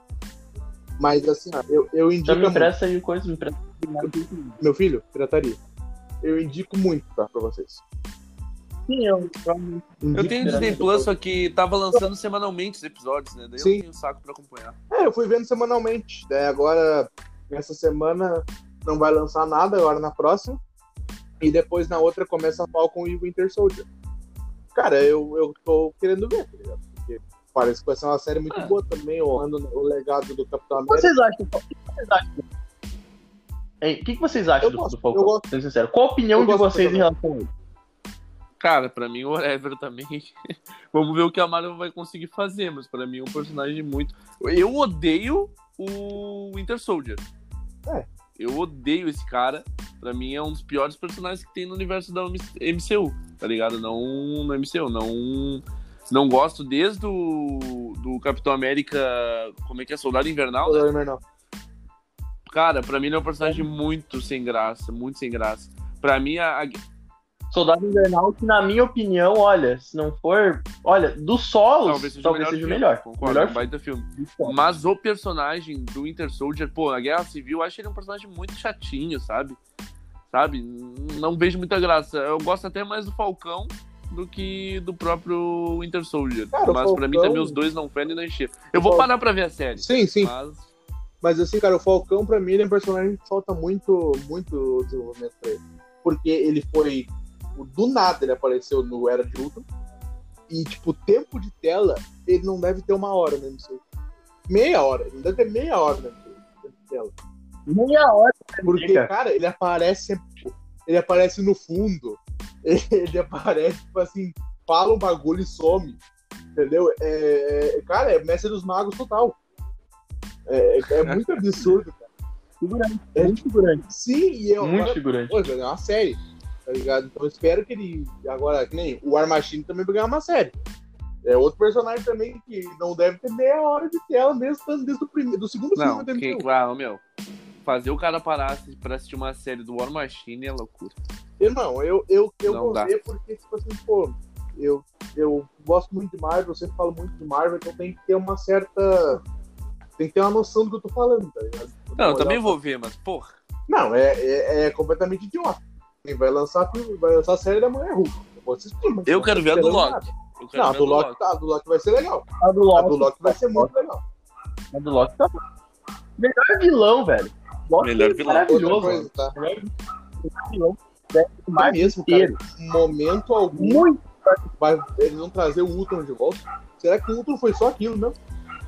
Mas assim, ó, eu, eu indico. Já me empresta aí coisa, me empresta. Meu filho, pirataria. Eu indico muito, tá, pra vocês. Sim, eu. Eu tenho Disney Plus, só que tava lançando semanalmente os episódios, né? Daí Sim. eu não tenho saco pra acompanhar. É, eu fui vendo semanalmente. Daí agora, essa semana, não vai lançar nada, agora na próxima. E depois na outra começa a Falcon e Winter Soldier. Cara, eu, eu tô querendo ver, tá ligado? Porque parece que vai ser uma série muito Ah. boa também, honrando o legado do Capitão O que América. vocês acham? O que vocês acham? Hein, O que que vocês acham Eu do, gosto, do Falcão? eu gosto. Sendo sincero. Qual a opinião Eu de gosto do vocês em personagem. relação a ele? Cara, pra mim, o whatever também. Vamos ver o que a Marvel vai conseguir fazer, mas pra mim é um personagem muito. Eu odeio o Winter Soldier. É. Eu odeio esse cara. Pra mim é um dos piores personagens que tem no universo da M C U, tá ligado? Não no M C U, não. Não gosto desde o do Capitão América. Como é que é? Soldado Invernal, né? Soldado Invernal. Cara, pra mim ele é um personagem muito sem graça, muito sem graça. Pra mim, a, a- Soldado Invernal, que na minha opinião, olha, se não for. Olha, dos solos, talvez seja talvez o melhor. seja o filme, melhor. Concordo, melhor é um baita filme. filme. Mas o personagem do Winter Soldier, pô, na Guerra Civil, eu acho ele um personagem muito chatinho, sabe? Sabe? Não vejo muita graça. Eu gosto até mais do Falcão do que do próprio Winter Soldier. Cara, o mas pra mim Falcão- também os dois não fedem nem encher. Eu vou Fal- parar pra ver a série. Sim, sim. Mas Mas assim, cara, o Falcão, pra mim, ele é um personagem que falta muito, muito desenvolvimento pra ele. Porque ele foi. Do nada ele apareceu no Era de Ultron. E, tipo, tempo de tela, ele não deve ter uma hora no M C U. Meia hora. Ele não deve ter meia hora no tempo de tela. Meia hora. Porque, Fica. cara, ele aparece. Ele aparece no fundo. Ele aparece, tipo assim, fala um bagulho e some. Entendeu? É, é- cara, é mestre dos magos total. É, é muito absurdo, cara. Figurante. É, Muito figurante. Sim, e eu. Muito agora- figurante. Pô, é uma série, tá ligado? Então eu espero que ele. Agora, que nem o War Machine também vai ganhar uma série. É outro personagem também que não deve ter meia hora de tela, mesmo estando desde o primeiro, do segundo não, filme do que, M C U. ah, meu. Fazer o cara parar pra assistir uma série do War Machine é loucura. Irmão, eu, eu, eu Não vou dá. ver porque, tipo assim, pô, eu, eu gosto muito de Marvel, eu sempre falo muito de Marvel, então tem que ter uma certa. Tem que ter uma noção do que eu tô falando, tá ligado? Não, eu Olhar também pra- vou ver, mas, porra. Não, é, é, é completamente idiota. Quem vai lançar, filme- vai lançar a série da Mulher Hulk. Eu vou assistir, mas Eu não quero tô ver a do esperando Loki. nada. Eu quero Não, a ver do a Loki, tá, a do Loki vai ser legal. A do A Loki, do Loki vai ser muito legal. a do Loki tá. Melhor vilão, velho. Loki Melhor é vilão. Maravilhoso. Outra coisa, tá? Melhor vilão. Deve ser mais mesmo, inteiro. Em momento algum, Muito. vai, eles vão trazer o Ultron de volta. Será que o Ultron foi só aquilo, não?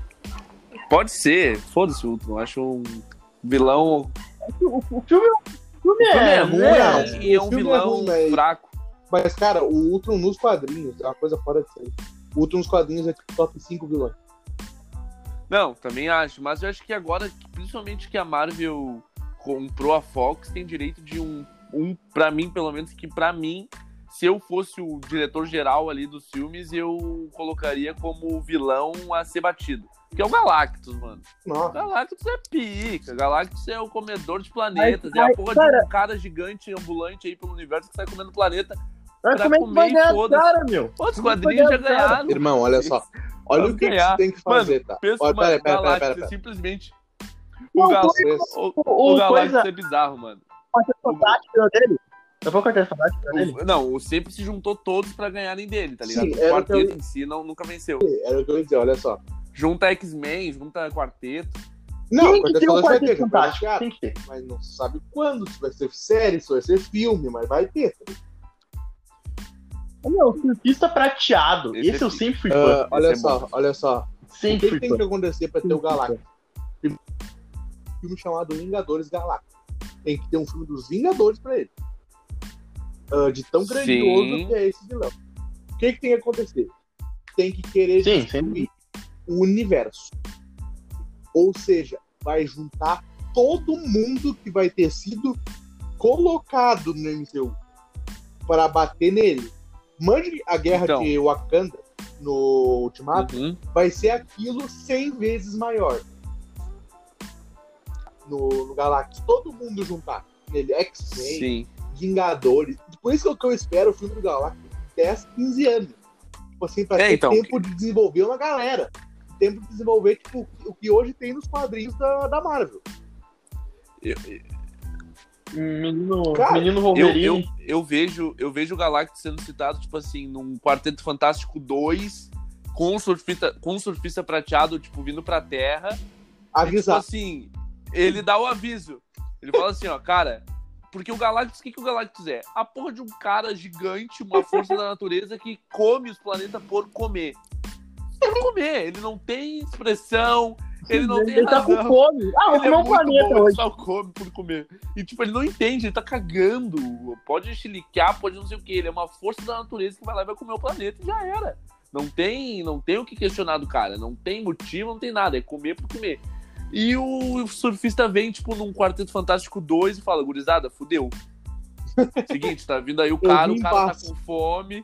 Pode ser. Foda-se o Ultron. Acho um vilão. O, o filme, o filme O filme é, é ruim né? e é o um filme é vilão ruim, mas- fraco. Mas, cara, o Ultron nos quadrinhos é uma coisa fora de série. O Ultron nos quadrinhos é tipo top cinco vilões. Não, também acho. Mas eu acho que agora, principalmente que a Marvel comprou a Fox, tem direito de um, um pra mim, pelo menos, que pra mim, se eu fosse o diretor geral ali dos filmes, eu colocaria como vilão a ser batido. Que é o Galactus, mano. O Nossa, Galactus é pica. Galactus é o comedor de planetas. Mas, é a porra cara- de um cara gigante ambulante aí pelo universo que sai comendo planeta. Mas pra como é que comer vai e ganhar foda-se. cara, meu? Os Como é que quadrinhos já vai ganhar cara? ganharam. irmão, olha só. Olha Vamos o que, que ganhar. você tem que fazer, tá? Pensa, Olha, mano, pera, o pera, pera, Galactus pera, é pera. simplesmente... Não, O, Gal... Gal- o, o- o Galactus coisa- é bizarro, mano. O Quarteto Fantástico dele? Eu vou cortar fantástico dele? O- não, o sempre se juntou todos pra ganharem dele, tá ligado? Sim, o era o que quarteto eu- em si não, nunca venceu. Era o que eu ia dizer, olha só. Junta X-Men, junta quarteto. Não, Tem que Quarteto ter um Fantástico vai Quarteto ter, vai Fantástico. chegar, Tem que ter. mas não se sabe quando, se vai ser série, se vai ser filme, mas vai ter. Meu, o surfista prateado. Esse Esse, é eu fi- sempre fui Ah, fã. olha é só, bom. olha só. O que, Sempre que fui tem fã. que acontecer pra ter o Sempre fui Galactus? Um filme chamado Vingadores Galácticos. Tem que ter um filme dos Vingadores pra ele. Ah, de tão grandioso Sim. que é esse vilão. O que, que tem que acontecer? Tem que querer Sim, destruir o universo. Ou seja, vai juntar todo mundo que vai ter sido colocado no M C U. pra bater nele. Mande a guerra Então. de Wakanda no Ultimato, Uhum. vai ser aquilo cem vezes maior. No, no Galactus, todo mundo juntar nele, X-Men, Sim. Vingadores. Por isso que eu espero o filme do Galactus dez, quinze anos. Tipo assim, pra É, ter então, tempo de desenvolver uma galera. Tempo de desenvolver tipo, o que hoje tem nos quadrinhos da, da Marvel. Eu, Menino, Cara, menino eu, Wolverine. eu, eu vejo eu vejo o Galactus sendo citado, tipo assim, num Quarteto Fantástico dois, com um surfista, com um surfista prateado, tipo, vindo pra Terra. E, tipo Avisar. assim, ele dá o aviso. Ele fala assim, ó, cara, porque o Galactus, o que, que o Galactus é? A porra de um cara gigante, uma força da natureza que come os planetas por comer. Por comer, ele não tem expressão, ele não tem Ele tá razão. com fome. Ah, vou Ele é comer um muito planeta bom, ele hoje. só come por comer. E tipo, ele não entende, ele tá cagando. Pode chiliquear, pode não sei o que. Ele é uma força da natureza que vai lá e vai comer o planeta e já era. Não tem, não tem o que questionar do cara. Não tem motivo, não tem nada. É comer por comer. E o surfista vem, tipo, num Quarteto Fantástico dois e fala, gurizada, fudeu. Seguinte, tá vindo aí o cara, vim o cara tá paz. com fome.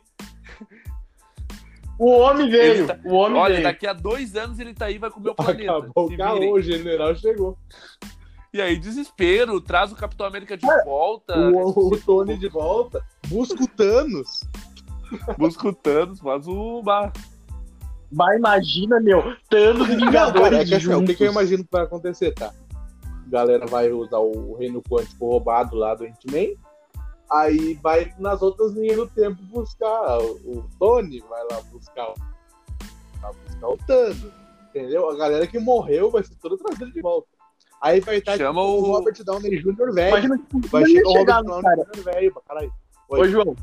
O homem veio. Ele tá- O homem Olha, veio. daqui a dois anos ele tá aí e vai comer o planeta. Acabou Se o calor, virem. o general chegou. E aí, desespero, traz o Capitão América de volta. O, o Tony de volta, busca o Thanos. Busca o Thanos, faz o bar. Vai, imagina, meu. Thanos e Não, Vingadores cara, é que assim, ó, o que, juntos. que eu imagino que vai acontecer, tá? A galera vai usar o reino quântico roubado lá do Ant-Man, aí vai nas outras linhas do tempo buscar o, o Tony, vai lá buscar o, vai buscar o Thanos, entendeu? A galera que morreu vai ser toda trazida de volta. Aí vai estar Chama tipo, o o- Robert Downey júnior velho. Imagina que Vai não chegar ia o chegar Robert no Downey cara. júnior velho, pra caralho. Oi. Ô, João.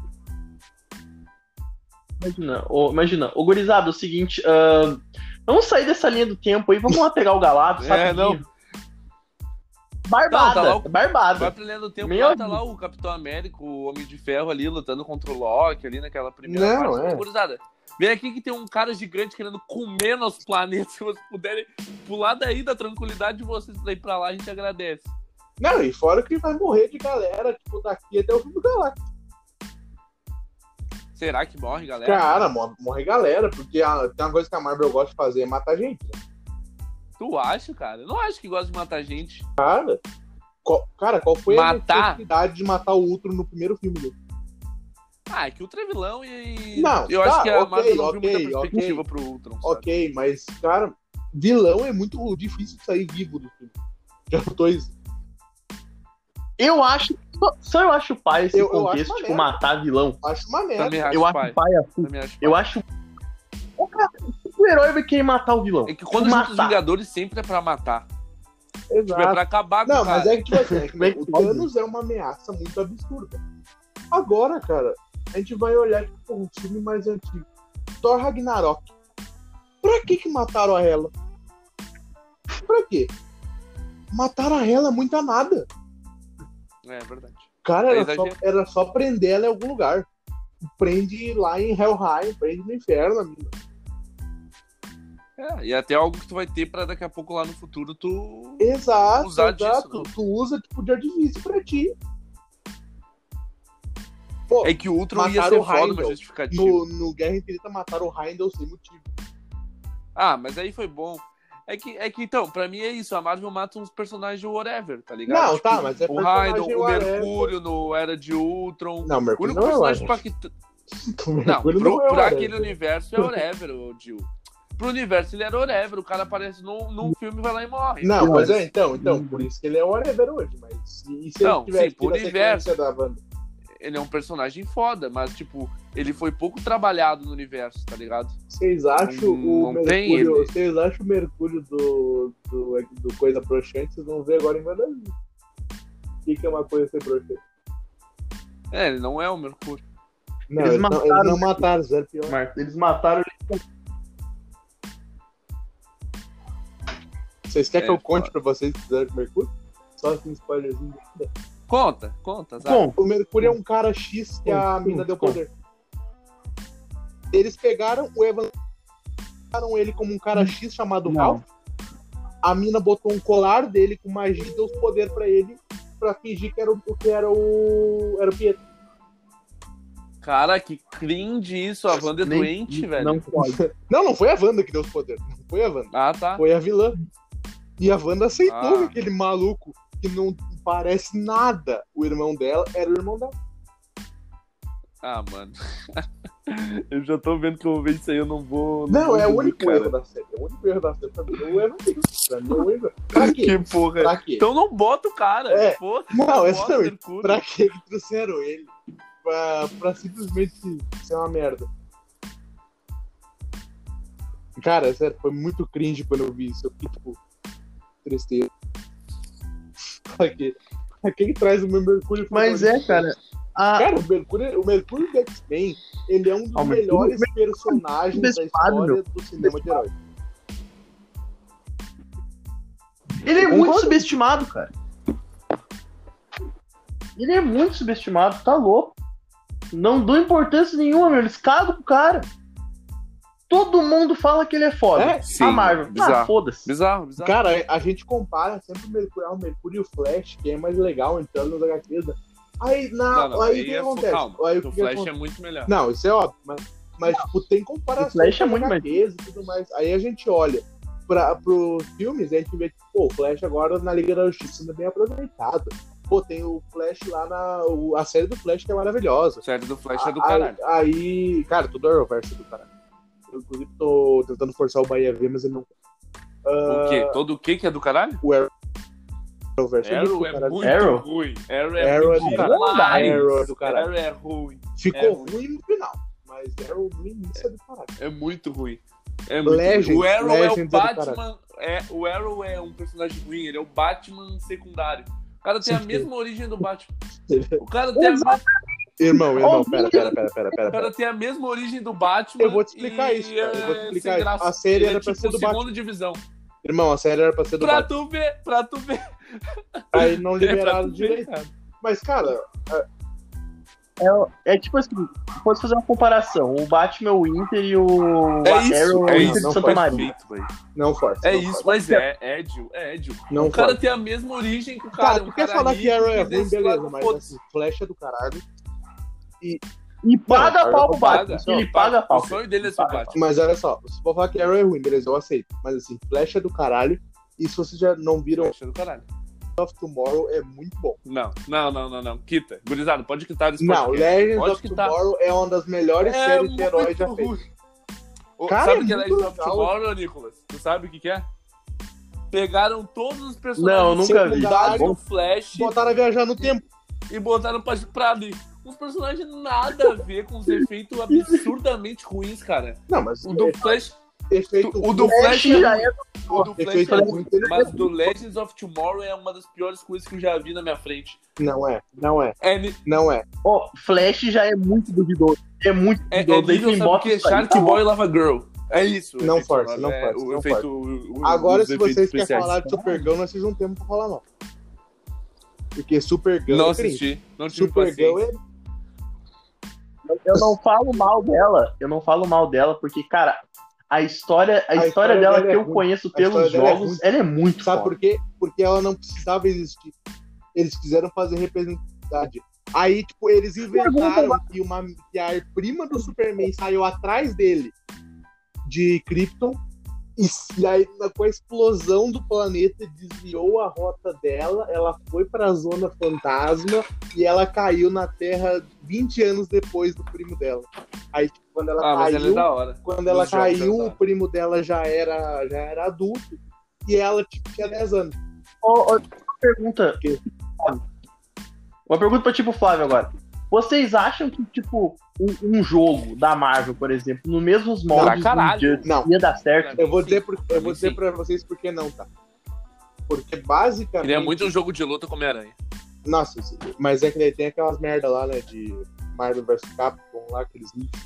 Imagina, ô, imagina. Ô, gurizada, é o seguinte. ahn, vamos sair dessa linha do tempo aí. Vamos lá pegar o Galactus, É, rapidinho. não. Barbada, Não, tá lá o- barbada. Vai pra linha do tempo, Meu lá tá amigo. lá o Capitão América, o Homem de Ferro ali, lutando contra o Loki ali naquela primeira Não, parte. é. Gurizada, vem aqui que tem um cara gigante querendo comer nosso planeta. Se vocês puderem pular daí da tranquilidade de vocês pra ir pra lá, a gente agradece. Não, e fora que vai morrer de galera, tipo, daqui até o fim do Galactus. Será que morre, galera? Cara, morre, morre galera, porque a- tem uma coisa que a Marvel gosta de fazer, é matar gente. Tu acha, cara? Eu não acho que gosta de matar gente. Cara, qual, cara, qual foi Matar? a necessidade de matar o Ultron no primeiro filme dele? Ah, é que o Trevilão e. Não, eu tá, acho que a ok, Marvel não ok, viu muita perspectiva ok. pro Ultron. sabe? Ok, mas, cara, vilão é muito difícil de sair vivo do filme. Já tô isso. Eu acho. Só, só eu acho pai esse Eu- eu contexto, acho tipo, maneiro. matar vilão. Acho uma Também merda. acho, eu acho pai. pai assim. Também acho, Eu pai. acho. Ô, cara, o herói vai querer matar o vilão. É que quando Tipo, junta os matar. Vingadores sempre é pra matar. Tipo, é Exato. pra acabar com Não, o cara. mas é que, tipo assim, é que Bem o óbvio. Thanos é uma ameaça muito absurda. Agora, cara, a gente vai olhar, tipo, um filme mais antigo. Thor Ragnarok. Pra que que mataram a Hela? Pra quê? Mataram a Hela muito a nada. É verdade. Cara, É era só, exagero. era só prender ela em algum lugar. Prende lá em Helheim, prende no inferno, amigo. É, e até algo que tu vai ter pra daqui a pouco lá no futuro tu. Exato, Usar exato. disso, né? Tu usa, tipo, de artifício pra ti. Pô, É que o Ultron ia Mataram ser o foda uma Heimdall. justificativa. no, no Guerra Infinita mataram o Heimdall sem motivo. Ah, mas aí foi bom. É que, é que então, pra mim é isso. A Marvel mata uns personagens whatever, tá ligado? Não, Tipo, tá, mas é o personagem Heimdall, o whatever. Mercúrio no Era de Ultron. Não, O Mercúrio único não é personagem whatever. impactante. O Não, Mercúrio pro, não é pra whatever. aquele universo é whatever, ô Gil. Pro universo ele era whatever. O cara aparece num, num filme, vai lá e morre. Não, Não, mas mas- é, então, então, por isso que ele é whatever hoje, mas e se Não, ele tivesse sim, por tido a universo. sequência da Wanda? Ele é um personagem foda, mas, tipo, ele foi pouco trabalhado no universo, tá ligado? Vocês acham Não o tem Mercúrio, ele. vocês acham o Mercúrio do, do, do Coisa Broxante, vocês vão ver agora em WandaVision. O que, que é uma coisa ser broxante? É, ele não é o Mercúrio. Não, Eles eles, não, mataram eles não o mataram, zero pior. Marcos. Eles mataram. Vocês querem É, que eu conte foda. pra vocês que fizeram com o Mercúrio? Só assim, spoilerzinho. Conta, conta, Zé. Bom, O Mercúrio é um cara X que a Conta, mina deu conta. poder. Eles pegaram o Evan, pegaram ele como um cara X chamado Não. Ralph. A mina botou um colar dele com magia e deu os poderes pra ele pra fingir que era o que era o era o Pietro. Cara, que cringe isso. A Wanda é Nem- doente, velho. Não pode. Não, não foi a Wanda que deu os poderes. Não foi a Wanda. Ah, tá. Foi a vilã. E a Wanda aceitou Ah. que aquele maluco que não parece nada o irmão dela era o irmão dela. Ah, mano. Eu já tô vendo que eu vou ver isso aí, eu não vou. Não, é o vou único cara. erro da série. É o único erro da série pra mim. É o erro dele. Pra mim é o erro. Pra quê? Que porra. Pra quê? Então não bota o cara. É. Porra, Não, bota exatamente. o Mercúrio. Pra que que trouxeram ele? Pra, pra simplesmente ser uma merda. Cara, é sério, foi muito cringe quando eu vi isso. Eu fiquei, tipo, tristeza. Pra quê? Pra que que traz o meu Mercúrio? Mas é, cara. A... Cara, o Mercúrio, o Mercúrio do X-Men, ele é um dos Ah, o Mercúrio- melhores personagens da história do cinema de herói. Ele é Concordo. muito subestimado, cara. Ele é muito subestimado, tá louco. Não dou importância nenhuma, meu. Eles cagam pro cara. Todo mundo fala que ele é foda. É, sim, A Marvel. Ah, bizarro. foda-se. Bizarro, bizarro. Cara, a gente compara sempre o Mercúrio, ah, o Mercúrio e o Flash, que é mais legal entrando nos H Qs. Aí, na, não, não, aí o aí que é acontece? calma. Aí, o O que Flash acontece? é muito melhor. Não, isso é óbvio, mas, mas tipo, tem comparação O Flash é com muito H Qs e tudo mais. Aí a gente olha para pros filmes e a gente vê que, pô, o Flash agora na Liga da Justiça é bem aproveitado. Pô, tem o Flash lá na... o- a série do Flash que é maravilhosa. A série do Flash é do Aí- caralho. Aí, cara, tudo é Arrowverse do caralho. Eu, inclusive, tô tentando forçar o Bahia a ver, mas ele não O quê? Todo o quê que é do caralho? o Arrowverse. Arrow do é caralho. muito Arrow? ruim. Arrow é Arrow é ruim do caralho. demais. Arrow é do caralho. Arrow é ruim. Ficou É ruim. ruim no final, mas Arrow no início é do caralho. É muito ruim. É muito Legends, ruim. O Arrow Legends é é o do Batman. É, o Arrow é um personagem ruim, ele é o Batman secundário. O cara tem a Sim. mesma origem do Batman. O cara tem a, me- Irmão, irmão, Oh, pera, pera, pera, pera, o pera. cara pera. tem a mesma origem do Batman. Eu vou te explicar e isso, cara, eu vou te é explicar sem isso. graça. A série Ele era é pra tipo ser do segunda Batman. divisão. Irmão, a série era pra ser do Pra Batman. tu ver, pra tu ver. Aí não É pra liberaram tu ver, direito. cara. Mas, cara, É, é tipo assim, posso fazer uma comparação. O Batman, o Inter e o É isso, Arrow é o isso. Inter não de Santa faz Maria. Perfeito, velho. não força. É não isso, força. mas é, é Edil, é Edil. Não O cara força. tem a mesma origem que o Cara, cara. tu um quer cara falar que rico Arrow é que ruim, desse beleza, lado, mas foda-se. assim, Flash é do caralho. E paga Não, pau pro Paga. Batman. Ele paga pau. O sonho dele é ser o Batman. Mas olha só, se for falar que Arrow é ruim, beleza, eu aceito. Mas assim, Flash é do caralho. E se vocês já não viram Flash é do caralho. of Tomorrow, é muito bom. Não, não, não, não, não. Quita. Gurizada, pode quitar desse Não, podcast. Legends Pode of quitar. Tomorrow é uma das melhores É séries de muito heróis já ruim. feitas. Ô, Cara, sabe é o que é muito Legends of legal. Tomorrow, Nicolas? Tu sabe o que que é? Pegaram todos os personagens Não, nunca vi. secundários Bom. do Flash Botaram a viajar no tempo. e botaram pra, pra ali. Uns personagens nada a ver com os efeitos absurdamente ruins, cara. Não, mas O do é- Flash, efeito o do Flash Flash é já ruim. é O do Flash efeito é é ruim. muito interessante. Mas o do Legends of Tomorrow é uma das piores coisas que eu já vi na minha frente. Não é, não é, É, ni- não é. Ó, Flash já é muito duvidoso. É muito é, é duvidoso. Aí nível, quem sabe o bota que? isso aí, Shark tá Boy Lava Girl. É isso. o Não efeito força, sonoro, não é força, o não efeito, o- o- Agora, os se efeitos vocês querem especiais. falar de Supergirl, nós precisamos um tempo pra falar, não. Porque Supergirl Não é cringe. assisti, não tive Supergirl paciência. é... Eu não falo mal dela. Eu não falo mal dela, porque, cara, a história, a, A história, história dela dela é que eu ruim. conheço A pelos história dela é jogos, ruim. ela é muito Sabe foda. por quê? Porque ela não precisava existir. Eles quiseram fazer representatividade. Aí, tipo, eles inventaram que, uma, que a prima do Superman saiu atrás dele de Krypton. E, e aí, na- com a explosão do planeta, desviou a rota dela. Ela foi pra Zona Fantasma e ela caiu na Terra vinte anos depois do primo dela. Aí, tipo, quando ela Ah, mas ela é caiu, da hora. quando ela Nos jogos caiu, ela o tá. primo dela já era, já era adulto e ela tipo, tinha dez anos. Ó, ó, uma pergunta. quê? Uma pergunta pra tipo Flávio agora. Vocês acham que, tipo, um, um jogo da Marvel, por exemplo, no mesmos moldes do caralho. Injustice, Não. ia dar certo? Eu vou Sim. dizer, por, eu vou Sim. dizer pra vocês por que não, tá? Porque basicamente. Queria muito um jogo de luta com Homem-Aranha. Nossa, isso- mas é que daí tem aquelas merda lá, né? De Marvel versus. Capcom lá, aqueles lixos.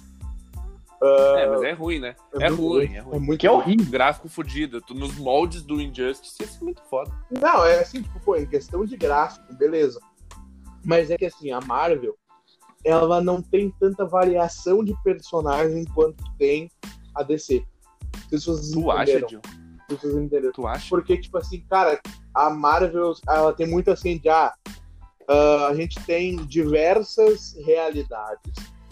É, mas é ruim, né? É, muito ruim, é ruim. É muito Que é ruim. horrível. Gráfico fudido. Tu- Nos moldes do Injustice, isso é muito foda. Não, é assim, tipo, pô, em questão de gráfico, beleza. Mas é que assim, a Marvel, ela não tem tanta variação de personagem quanto tem a D C. Não sei se vocês Tu acha, entenderam. Dio? Não sei se vocês entenderam. Tu acha? Porque, tipo assim, cara, a Marvel, ela tem muito assim de, ah, ah, a gente tem diversas realidades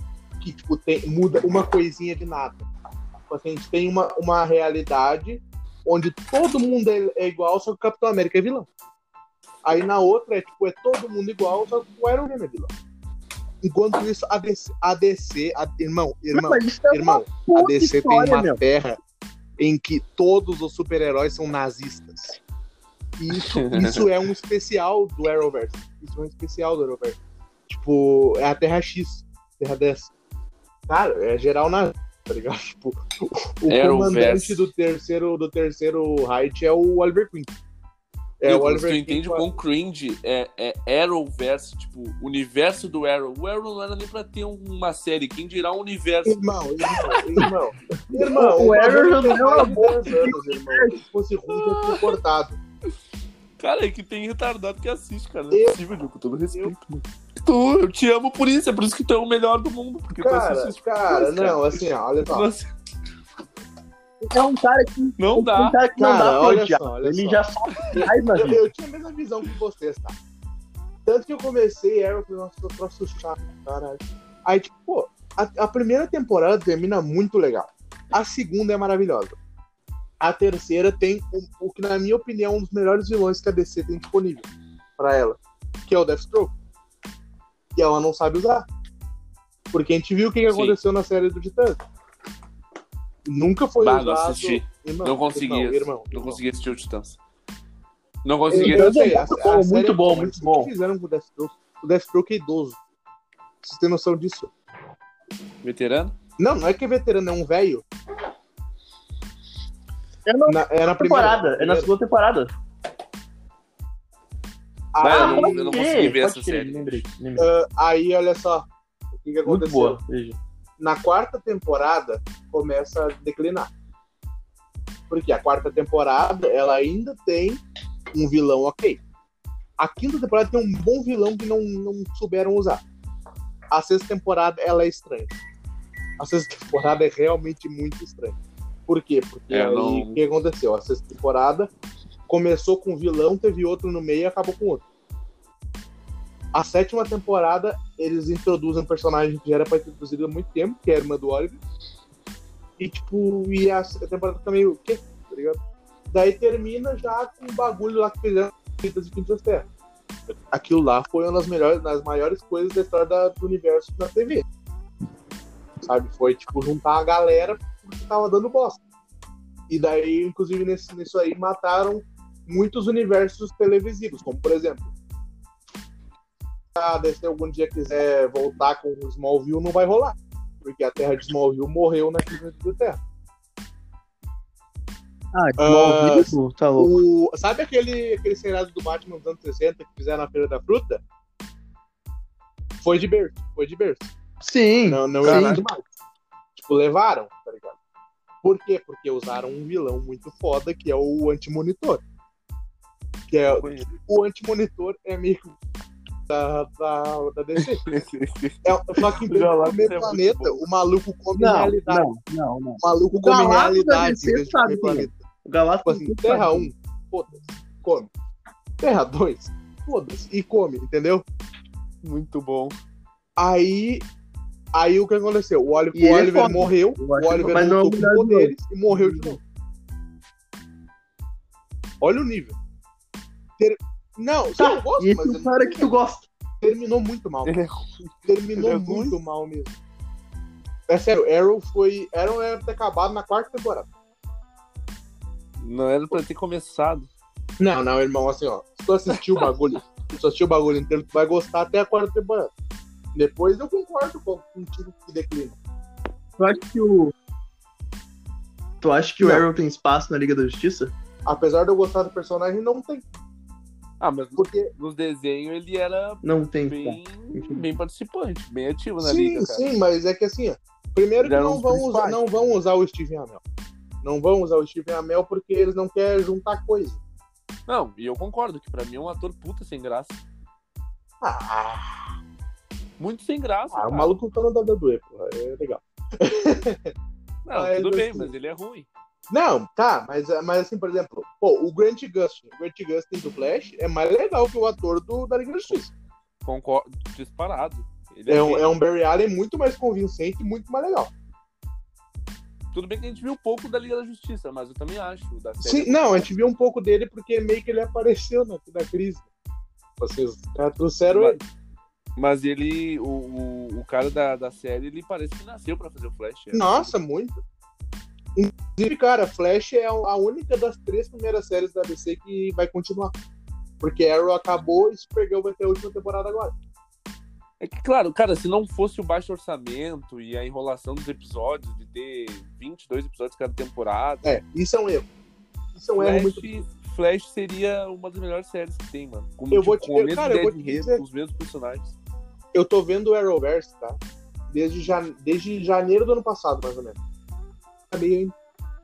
que tipo, tem, muda uma coisinha de nada. Tipo assim, a gente tem uma, uma realidade onde todo mundo é, é igual, só que o Capitão América é vilão. Aí na outra é tipo, é todo mundo igual, só que o Iron Man é vilão. Enquanto isso, a D C, a D C a, irmão, irmão, Mas isso é irmão, uma a D C história, tem uma meu. terra em que todos os super-heróis são nazistas. E isso, isso é um especial do Arrowverse. Isso é um especial do Arrowverse. Tipo, é a Terra X, Terra dez. Cara, é geral na, tá ligado? Tipo, o, o Arrowverse. comandante do terceiro, do terceiro Reich é o Oliver Queen. É Meu, o mas Oliver tu Queen entende o fala- quão cringe é, é Arrowverse, tipo, o universo do Arrow. O Arrow não era nem pra ter uma série, quem dirá um universo. Irmão, irmão, irmão. Irmão, O Arrow já tem deu uma mais de boa dez anos, irmão. Se fosse ruim, já tinha cortado. Cara, é que tem retardado que assiste, cara. Não Eu- é possível, Diego, com todo respeito, mano. Tu, eu te amo por isso, é por isso que tu é o melhor do mundo, porque tu Cara, assiste esse cara, coisa, não, assim, ó, olha só. Nossa, É um cara que não um dá. cara que não Cara, dá pra olha odiar. só, olha Ele só. já sofre mais na Eu, vida. eu tinha a mesma visão que vocês, tá? Tanto que eu comecei, Arrow, eu falei, nossa, eu troço chato, caralho. Aí, tipo, pô, a, a primeira temporada termina muito legal. A segunda é maravilhosa. A terceira tem o, o que, na minha opinião, é um dos melhores vilões que a D C tem disponível pra ela, que é o Deathstroke. E ela não sabe usar. Porque a gente viu o que, que Sim. aconteceu na série do Titãs. Nunca foi Bah, não usado. assisti. Irmão, Não consegui, irmão, irmão, não irmão. consegui assistir o Titãs. Não consegui. Eu, eu sei, a, Muito a bom, série muito é bom, boa, muito mas bom. O que fizeram com o Deathstroke? O Deathstroke é idoso. Vocês têm noção disso? Veterano? Não, não é que é veterano, é um velho. É na Na, é na primeira. temporada, é na primeira. segunda temporada. Ah, Vai, eu Ah, não- pode eu não crer, consegui ver pode essa crer, série. Lembrei, lembrei. ah, aí, olha só. O que, que Muito aconteceu? boa, veja. Na quarta temporada, começa a declinar. Porque a quarta temporada, ela ainda tem um vilão ok. A quinta temporada tem um bom vilão que não, não souberam usar. A sexta temporada, ela é estranha. A sexta temporada é realmente muito estranha. Por quê? Porque É, aí, não- o que aconteceu? A sexta temporada começou com um vilão, teve outro no meio e acabou com outro. A sétima temporada, eles introduzem um personagem que já era pra ter introduzido há muito tempo, que é a irmã do Oliver. E, tipo, e a temporada fica meio... Quê? Tá ligado? Daí termina já com um bagulho lá que fizeram Vidas Infinitas Terra. Aquilo lá foi uma das, melhores, das maiores coisas da história da- do universo na T V. Sabe? Foi, tipo, juntar a galera porque tava dando bosta. E daí, inclusive, nesse, nisso aí, mataram muitos universos televisivos, como, por exemplo, se a D C algum dia quiser voltar com o Smallville, não vai rolar. Porque a Terra de Smallville morreu na crise da Terra. Ah, Ah, Smallville, tá louco. O, sabe aquele, aquele seriado do Batman dos anos sessenta que fizeram na Feira da Fruta? Foi de berço, foi de berço. Sim, Não, não Caralho. existe mais. Tipo, levaram, tá ligado? Por quê? Porque usaram um vilão muito foda, que é o Anti-Monitor. Que é, o Anti-Monitor é meio que da, da, da D C. É, só que em vez de Galáxia comer é muito planeta, bom. o maluco come Não, realidade. não, não, não. O maluco O come Galactus da realidade D C em vez de sabe comer quem é. planeta. O Galactus Tipo assim, Terra um, foda-se, come. Terra dois, foda-se, e come, entendeu? Muito bom. Aí, aí o que aconteceu? O, Oli- E o ele é Oliver foda. morreu, Eu o acho que- Oliver mas não é o voltou com melhor de poderes e morreu de novo. Olha o nível. Ter- Não, você Tá, não gosta, e esse mas é o ele cara que tu gosta. terminou muito mal. Ele é Terminou ele é muito mal mesmo. É sério, Arrow foi. Arrow era pra ter acabado na quarta temporada. Não era pra ter começado. Não, não, irmão, assim, ó. Se tu assistiu o bagulho, se tu assistiu o bagulho inteiro, tu vai gostar até a quarta temporada. Depois eu concordo com contigo que declina. Tu acha que o. Tu acha que o Não. Arrow tem espaço na Liga da Justiça? Apesar de eu gostar do personagem, não tem. Ah, mas Porque. nos desenhos ele era Não tem. bem, Enfim. bem participante, bem ativo na Sim, liga, cara. sim, mas é que assim, ó. Primeiro que Ele era um não dos vão, usar, principais. não vão usar o Steven Amell. Não vão usar o Steven Amell porque eles não querem juntar coisa. Não, e eu concordo que pra mim é um ator puta sem graça. Ah, Muito sem graça, ah cara. o maluco tá no W W E, porra. É legal. Não, Mas, tudo bem, assim, mas ele é ruim. Não, tá, mas, mas assim, por exemplo, pô, o Grant Gustin, o Grant Gustin do Flash é mais legal que o ator do, da Liga da Justiça. Concordo, disparado. Ele É um, bem- é um Barry Allen muito mais convincente e muito mais legal. Tudo bem que a gente viu pouco da Liga da Justiça, mas eu também acho. Da série Sim, é muito não, bom. a gente viu um pouco dele porque meio que ele apareceu na, na crise. Vocês já trouxeram Mas- ele. Mas ele, o, o, o cara da, da série, ele parece que nasceu pra fazer o Flash. é. Nossa, muito. Inclusive, cara, Flash é a única das três primeiras séries da D C que vai continuar. Porque Arrow acabou e Supergirl vai ter a última temporada agora. É que, claro, cara, se não fosse o baixo orçamento e a enrolação dos episódios, de ter vinte e dois episódios cada temporada, É, isso é um erro. Isso é um erro muito. Flash, Flash seria uma das melhores séries que tem, mano. Com, Eu vou tipo, te- com a eu- mesma cara, eu ideia vou de te enredo, dizer- com os mesmos personagens. Eu tô vendo o Arrowverse, tá? Desde, jane... Desde janeiro do ano passado, mais ou menos. Sabia ainda.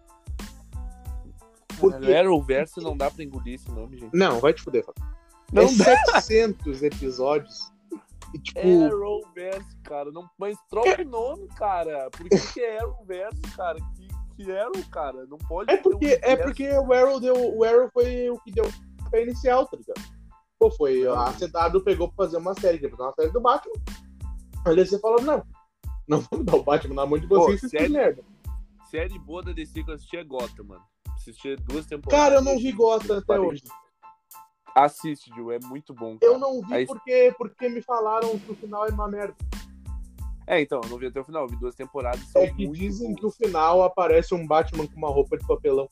Por Caralho, quê? Arrowverse não dá pra engolir esse nome, gente. Não, vai te fuder, Fábio. Não é dá. setecentos episódios. E, tipo, Arrowverse, cara. Não... Mas troca o nome, cara. Por que, que é Arrowverse, cara? Que, que Arrow, cara? Não pode é ter porque, um é verso. porque o Arrow deu. O Arrow foi o que deu a inicial, tá ligado? Pô, foi. A C W pegou pra fazer uma série, que ia fazer uma série do Batman. Aí você falou, não. Não vamos dar o Batman na mão de Pô, vocês, vocês série- que merda. Série boa da D C que eu assisti é Gotham, mano. Assisti duas temporadas. Cara, eu não vi Gotham até Parei. hoje. Assiste, Gil. É muito bom, cara. Eu não vi Aí- porque, porque me falaram que o final é uma merda. É, então, eu não vi até o final. Eu vi duas temporadas. São É que muito dizem boas. que o final aparece um Batman com uma roupa de papelão.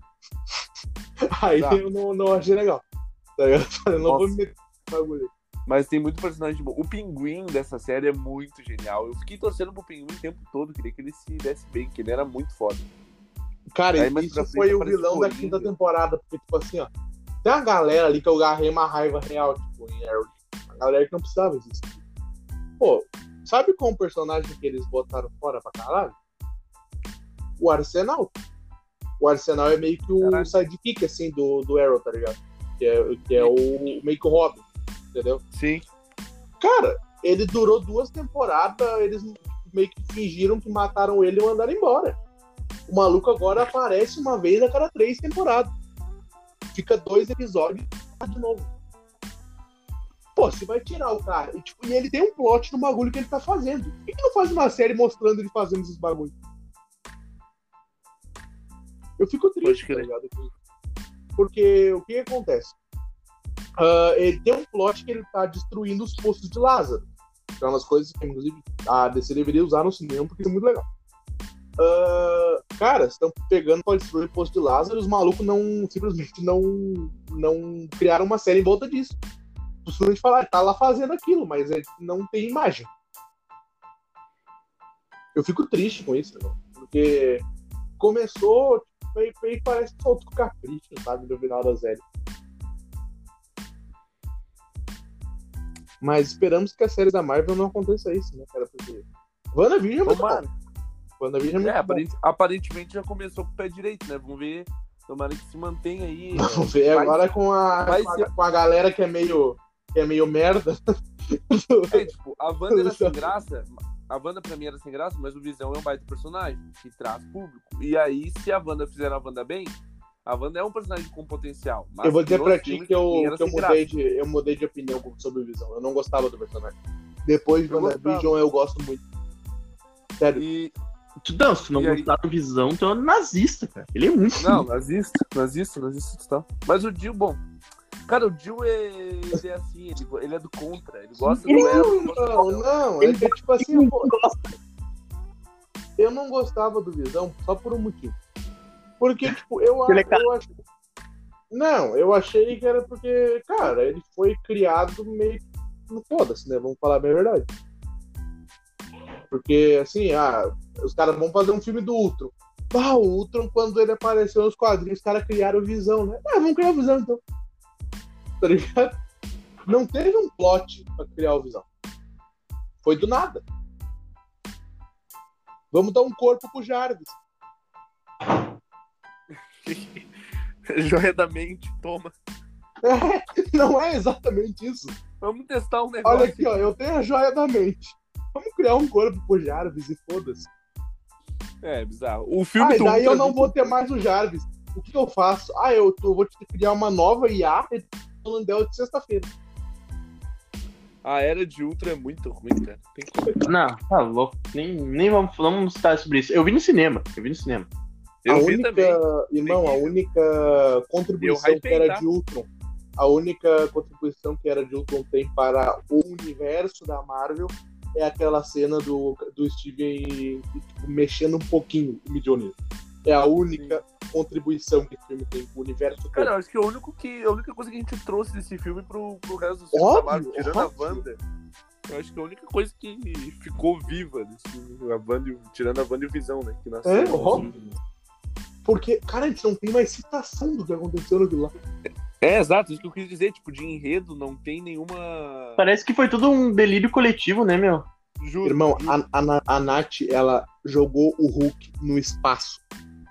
Aí Tá. eu não, não achei legal. Tá ligado? Eu não vou Nossa. me meter no bagulho. Mas tem muito personagem bom. O Pinguim dessa série é muito genial. Eu fiquei torcendo pro Pinguim o tempo todo. Queria que ele se desse bem, que ele era muito foda. Cara, Aí, mais pra isso frente, foi o aparece vilão da Coringa. quinta temporada. Porque, tipo assim, ó. Tem uma galera ali que eu agarrei uma raiva real, tipo, em Arrow. Uma galera que não precisava existir. Pô, sabe qual personagem que eles botaram fora pra caralho? O Arsenal. O Arsenal é meio que o Caralho. sidekick, assim, do, do Arrow, tá ligado? Que é, que é o meio que o Robin, entendeu? Sim. Cara, ele durou duas temporadas, eles meio que fingiram que mataram ele e mandaram embora. O maluco agora aparece uma vez a cada três temporadas. Fica dois episódios de novo. Pô, você vai tirar o cara. E, tipo, e ele tem um plot no bagulho que ele tá fazendo. Por que, que não faz uma série mostrando ele fazendo esses bagulhos? Eu fico triste, Pode tá crer. ligado? Porque o que, que acontece? Ah, ele tem um plot que ele tá destruindo os poços de Lázaro. Que é uma das coisas que, inclusive, a D C deveria usar no cinema, porque isso é muito legal. Ah, cara, estão pegando pra destruir o poço de Lázaro e os malucos não, simplesmente não, não criaram uma série em volta disso. Simplesmente falar, tá lá fazendo aquilo, mas ele não tem imagem. Eu fico triste com isso, irmão, porque começou, tipo, meio, meio parece que faltou capricho, sabe, no final da série. Mas esperamos que a série da Marvel não aconteça isso, né, cara? Porque WandaVision é muito Tomara. bom. WandaVision é muito É, bom. aparent- aparentemente já começou com o pé direito, né? Vamos ver. Tomara que se mantenha aí. Vamos ver Vai- agora com a, vai com, a, ser- com a galera que é meio, que é meio merda. É, tipo, a Wanda era sem graça. A Wanda pra mim era sem graça, mas o Visão é um baita personagem que traz público. E aí, se a Wanda fizer a Wanda bem, a Wanda é um personagem com potencial. Mas Eu vou dizer nos pra ti filmes, que pra eu, mim, era que eu, sem mudei graça. de, eu mudei de opinião sobre o Visão. Eu não gostava do personagem. Depois de Eu WandaVision eu gosto muito. Sério. E. Tu, não, se tu não E aí? gostar do Visão, tu é um nazista, cara. Ele é muito Não, nazista, nazista, nazista total. Mas o Jill, bom. Cara, o Jill é, ele é assim, ele, ele é do contra. Ele gosta do Arrow, ele gosta Não, do não, é que tipo assim, Ele pô, eu não gostava do Visão só por um motivo. Porque, tipo, eu, Ele é a- eu achei. Não, eu achei que era porque, cara, ele foi criado meio. Não foda-se, né? Vamos falar bem a verdade. Porque, assim, ah, os caras vão fazer um filme do Ultron. Ah, o Ultron, quando ele apareceu nos quadrinhos, os caras criaram o Visão, né? Ah, vamos criar o Visão, então. Tá ligado? Não teve um plot pra criar o Visão. Foi do nada. Vamos dar um corpo pro Jarvis. Joia da mente, toma. Não é exatamente isso. Vamos testar um negócio. Olha aqui, ó, eu tenho a joia da mente. Vamos criar um corpo pro Jarvis e foda-se. É, bizarro. O filme Ah, e do daí eu Ultra não vou ter mais o Jarvis. O que eu faço? Ah, eu, tô- vou te criar uma nova I A e o Landel de sexta-feira. A Era de Ultron é muito ruim, cara. Tem que... Não, tá louco. Nem, nem vamos, vamos citar sobre isso. Eu vi no cinema. Eu vi no cinema. Eu a vi única, também. irmão, a Terrível. única contribuição Eu que era hypei, tá? de Ultron, a única contribuição que era de Ultron tem para o universo da Marvel é aquela cena do, do Steven tipo, mexendo um pouquinho o Mjolnir. É a única contribuição que o filme tem pro universo todo. Cara, eu acho que, é o único que a única coisa que a gente trouxe desse filme pro, pro resto do filme Óbvio, da Marvel, tirando óbvio. a Wanda, eu acho que é a única coisa que ficou viva desse filme, a Wanda, e o- tirando a Wanda e o Visão, né? Que nasceu. É, óbvio. Porque, cara, a gente não tem mais citação do que aconteceu no lá. É, exato, isso que eu quis dizer, tipo, de enredo não tem nenhuma. Parece que foi tudo um delírio coletivo, né, meu? Juro. Irmão, juro. a, a, Na- a Nath, ela jogou o Hulk no espaço.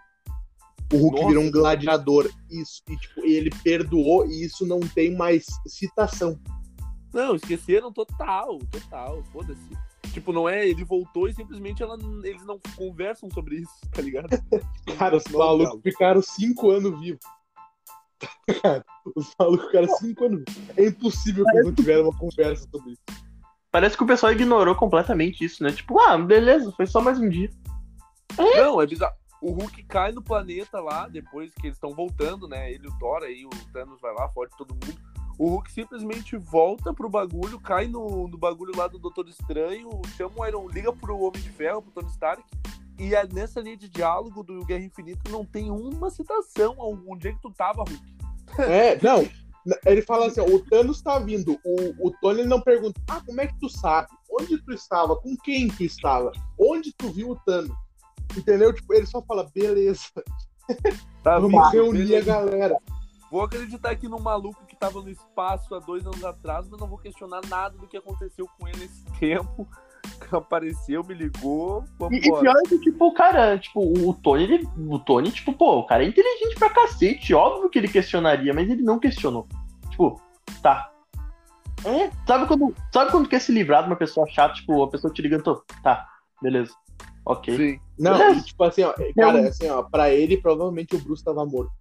O Hulk Nossa. virou um gladiador. Isso. E, tipo, ele perdoou e isso não tem mais citação. Não, esqueceram total, total, foda-se. Tipo, não é, ele voltou e simplesmente ela, eles não conversam sobre isso, tá ligado? Cara, os Não, malucos Galo. ficaram cinco anos vivos. Cara, os malucos ficaram cinco anos vivos. É impossível que eles não tiveram uma conversa sobre isso. Parece que o pessoal ignorou completamente isso, né? Tipo, ah, beleza, foi só mais um dia. Não, é bizarro. O Hulk cai no planeta lá, depois que eles estão voltando, né? Ele e o Thor, aí o Thanos vai lá, fode todo mundo. O Hulk simplesmente volta pro bagulho, cai no, no bagulho lá do Doutor Estranho, chama o Iron, liga pro Homem de Ferro, pro Tony Stark, e a- nessa linha de diálogo do Guerra Infinita não tem uma citação a onde é que tu tava, Hulk. É, não. Ele fala assim, ó, o Thanos tá vindo. O, o Tony não pergunta, ah, como é que tu sabe? Onde tu estava? Com quem tu estava? Onde tu viu o Thanos? Entendeu? Tipo, ele só fala, beleza, Tá vamos vindo, reunir beleza. a galera. Vou acreditar aqui no maluco que tava no espaço há dois anos atrás, mas não vou questionar nada do que aconteceu com ele nesse tempo. Apareceu, me ligou, E, vamos e pior é que, tipo, o cara, tipo, o Tony, ele, o Tony, tipo, pô, o cara é inteligente pra cacete, óbvio que ele questionaria, mas ele não questionou. Tipo, tá. É, sabe quando, sabe quando quer se livrar de uma pessoa chata, tipo, a pessoa te ligando, tô, tá, beleza, ok. Sim. Não, Beleza. e, tipo assim, ó, cara, assim, ó, pra ele, provavelmente o Bruce tava morto.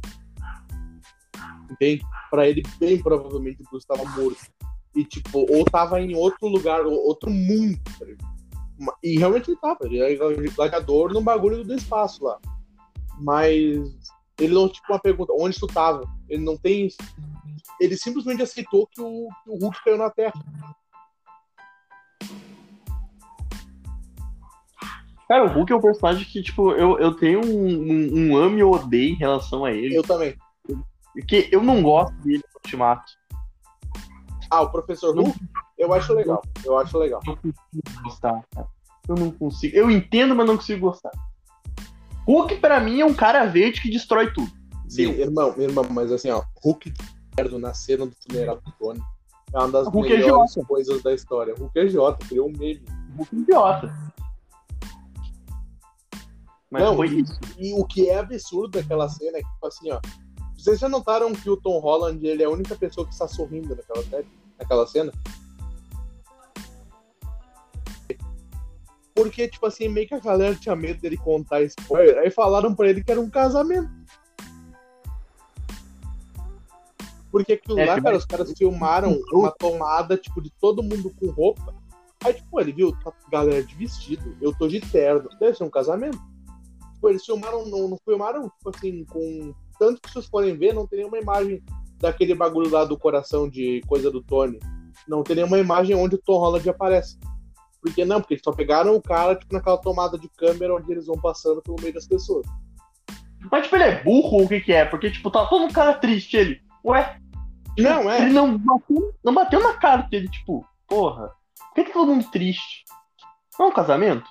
Entende? Pra ele, bem provavelmente o Bruce tava morto. E, tipo, ou tava em outro lugar, ou- outro mundo. Tá ligado? Ma- E realmente ele tava. Ele era gladiador no bagulho do espaço lá. Mas ele não, tipo, uma pergunta, onde tu tava? Ele não tem. Ele simplesmente aceitou que o, que o Hulk caiu na Terra. Cara, o Hulk é um personagem que, tipo, eu, eu tenho um, um, um ame e odeio em relação a ele. Eu também. Porque eu não gosto dele no Ultimato. Ah, o Professor Hulk? Eu acho legal. Eu acho legal. Eu não consigo gostar, cara. Eu não consigo. Eu entendo, mas não consigo gostar. Hulk, pra mim, é um cara verde que destrói tudo. Sim, Meu. irmão, irmão, mas assim, ó, Hulk de merda na cena do funeral do Tony é uma das Hulk é melhores idiota. coisas da história. Hulk é idiota, criou um meme. Hulk é idiota. Mas Não, foi e, isso. e o que é absurdo daquela cena é que, tipo assim, ó, vocês já notaram que o Tom Holland, ele é a única pessoa que está sorrindo naquela série, naquela cena? Porque, tipo assim, meio que a galera tinha medo dele contar spoiler, aí falaram pra ele que era um casamento. Porque aquilo É, lá, que- cara, os caras filmaram uma tomada, tipo, de todo mundo com roupa. Aí, tipo, ele viu, tá galera de vestido, eu tô de terno, deve ser um casamento. Tipo, eles filmaram, não, não filmaram, tipo assim, com... Tanto que se vocês forem ver, não tem nenhuma imagem daquele bagulho lá do coração de coisa do Tony. Não tem nenhuma imagem onde o Tom Holland aparece. Por que não? Porque eles só pegaram o cara, tipo, naquela tomada de câmera onde eles vão passando pelo meio das pessoas. Mas, tipo, ele é burro ou o que que é? Porque, tipo, tá todo um cara triste, ele. Ué, Não, é. ele não bateu, não bateu na cara dele, tipo, porra, por que que todo mundo triste? Não é um casamento?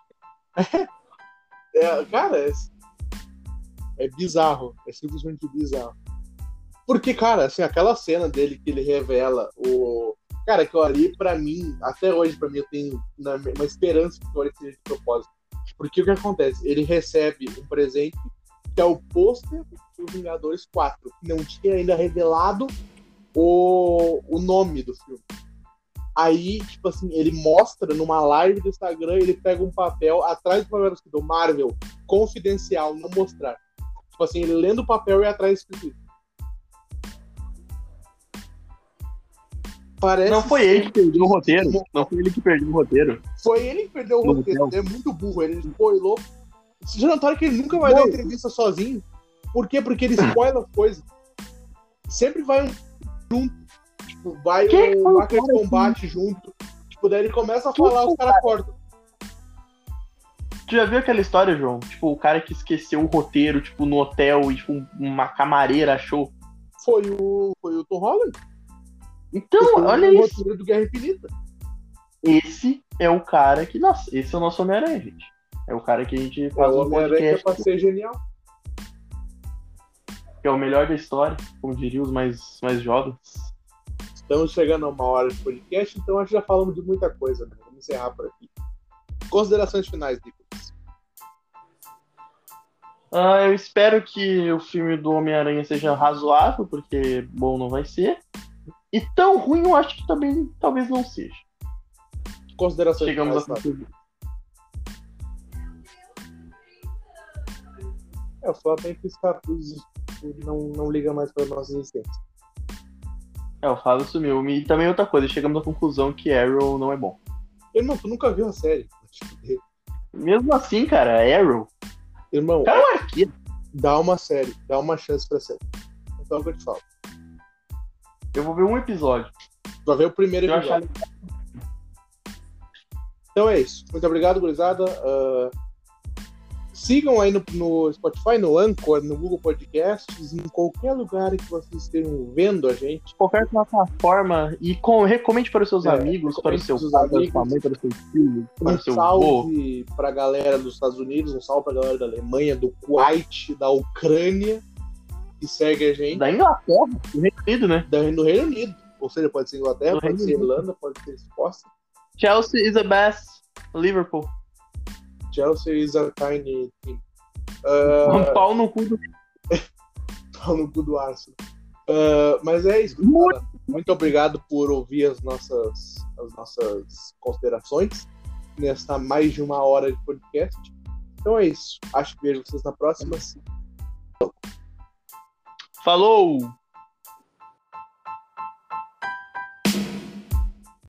É, cara, é, é bizarro. É simplesmente bizarro. Porque, cara, assim, aquela cena dele que ele revela o... Cara, que ali, pra mim, até hoje, pra mim, eu tenho na- uma esperança que o seja de propósito. Porque o que acontece? Ele recebe um presente que é o pôster do Vingadores quatro, que não tinha ainda revelado o, o nome do filme. Aí, tipo assim, ele mostra numa live do Instagram, ele pega um papel, atrás do papel escrito Marvel, confidencial, não mostrar. Tipo assim, ele lendo o papel e atrás escrito isso. Parece Não foi ele que perdeu o roteiro. Não foi ele que perdeu o roteiro. Foi ele que perdeu o No roteiro. hotel. É muito burro. Ele spoilou. Vocês já notaram que ele nunca vai dar entrevista sozinho? Por quê? Porque ele spoila coisa. Sempre vai um junto. Tipo, vai Quem o foi o Máquina de cara Combate junto. Tipo, daí ele começa a Quem falar, foi os caras cortam. Tu já viu aquela história, João? Tipo, o cara que esqueceu o roteiro, tipo, no hotel e, tipo, uma camareira achou. Foi o, foi o Tom Holland. Então, Foi olha o isso. roteiro do Guerra Infinita. Esse é o cara que. Nossa, esse é o nosso Homem-Aranha, gente. É o cara que a gente É faz o um Homem-Aranha que é podcast, pra ser genial. que é o melhor da história, como diriam os mais, mais jovens. Estamos chegando a uma hora de podcast, então acho que já falamos de muita coisa, né? Vamos encerrar por aqui. Considerações finais, Nicolas. Ah, eu espero que o filme do Homem-Aranha seja razoável, porque bom não vai ser. E tão ruim eu acho que também talvez não seja. Considerações Chegamos à finais, Fábio. conclusão. É, o Flávio tem que estar não, não liga mais para nossa existência. É, o Fábio sumiu. E também outra coisa, chegamos à conclusão que Arrow não é bom. Irmão, tu nunca viu a série. Mesmo assim, cara, Arrow. Irmão, O cara é um arqueiro. dá uma série, dá uma chance pra série. Então é o que eu te falo. Eu vou ver um episódio. Tu vai ver o primeiro Se eu episódio. achar Então é isso. Muito obrigado, gurizada. Uh, sigam aí no, no Spotify, no Anchor, no Google Podcasts, em qualquer lugar que vocês estejam vendo a gente. qualquer plataforma e com, recomende para os seus É, amigos, para o recomende seu para os pai, para a amigos. sua mãe, para o seu filho, para Um o seu avô. salve pra galera dos Estados Unidos, um salve pra galera da Alemanha, do Kuwait, da Ucrânia, que segue a gente, Da Inglaterra, do Reino Unido, né? da, do Reino Unido. Ou seja, pode ser Inglaterra, Do pode Reino ser Unido. Irlanda, pode ser Escócia. Chelsea is the best. Liverpool. Chelsea is a tiny team. Uh, Um pau no cu do. pau no cu do Arsenal. Uh, mas é isso, cara. Muito obrigado por ouvir as nossas, as nossas considerações nessa mais de uma hora de podcast. Então é isso. Acho que vejo vocês na próxima. Falou!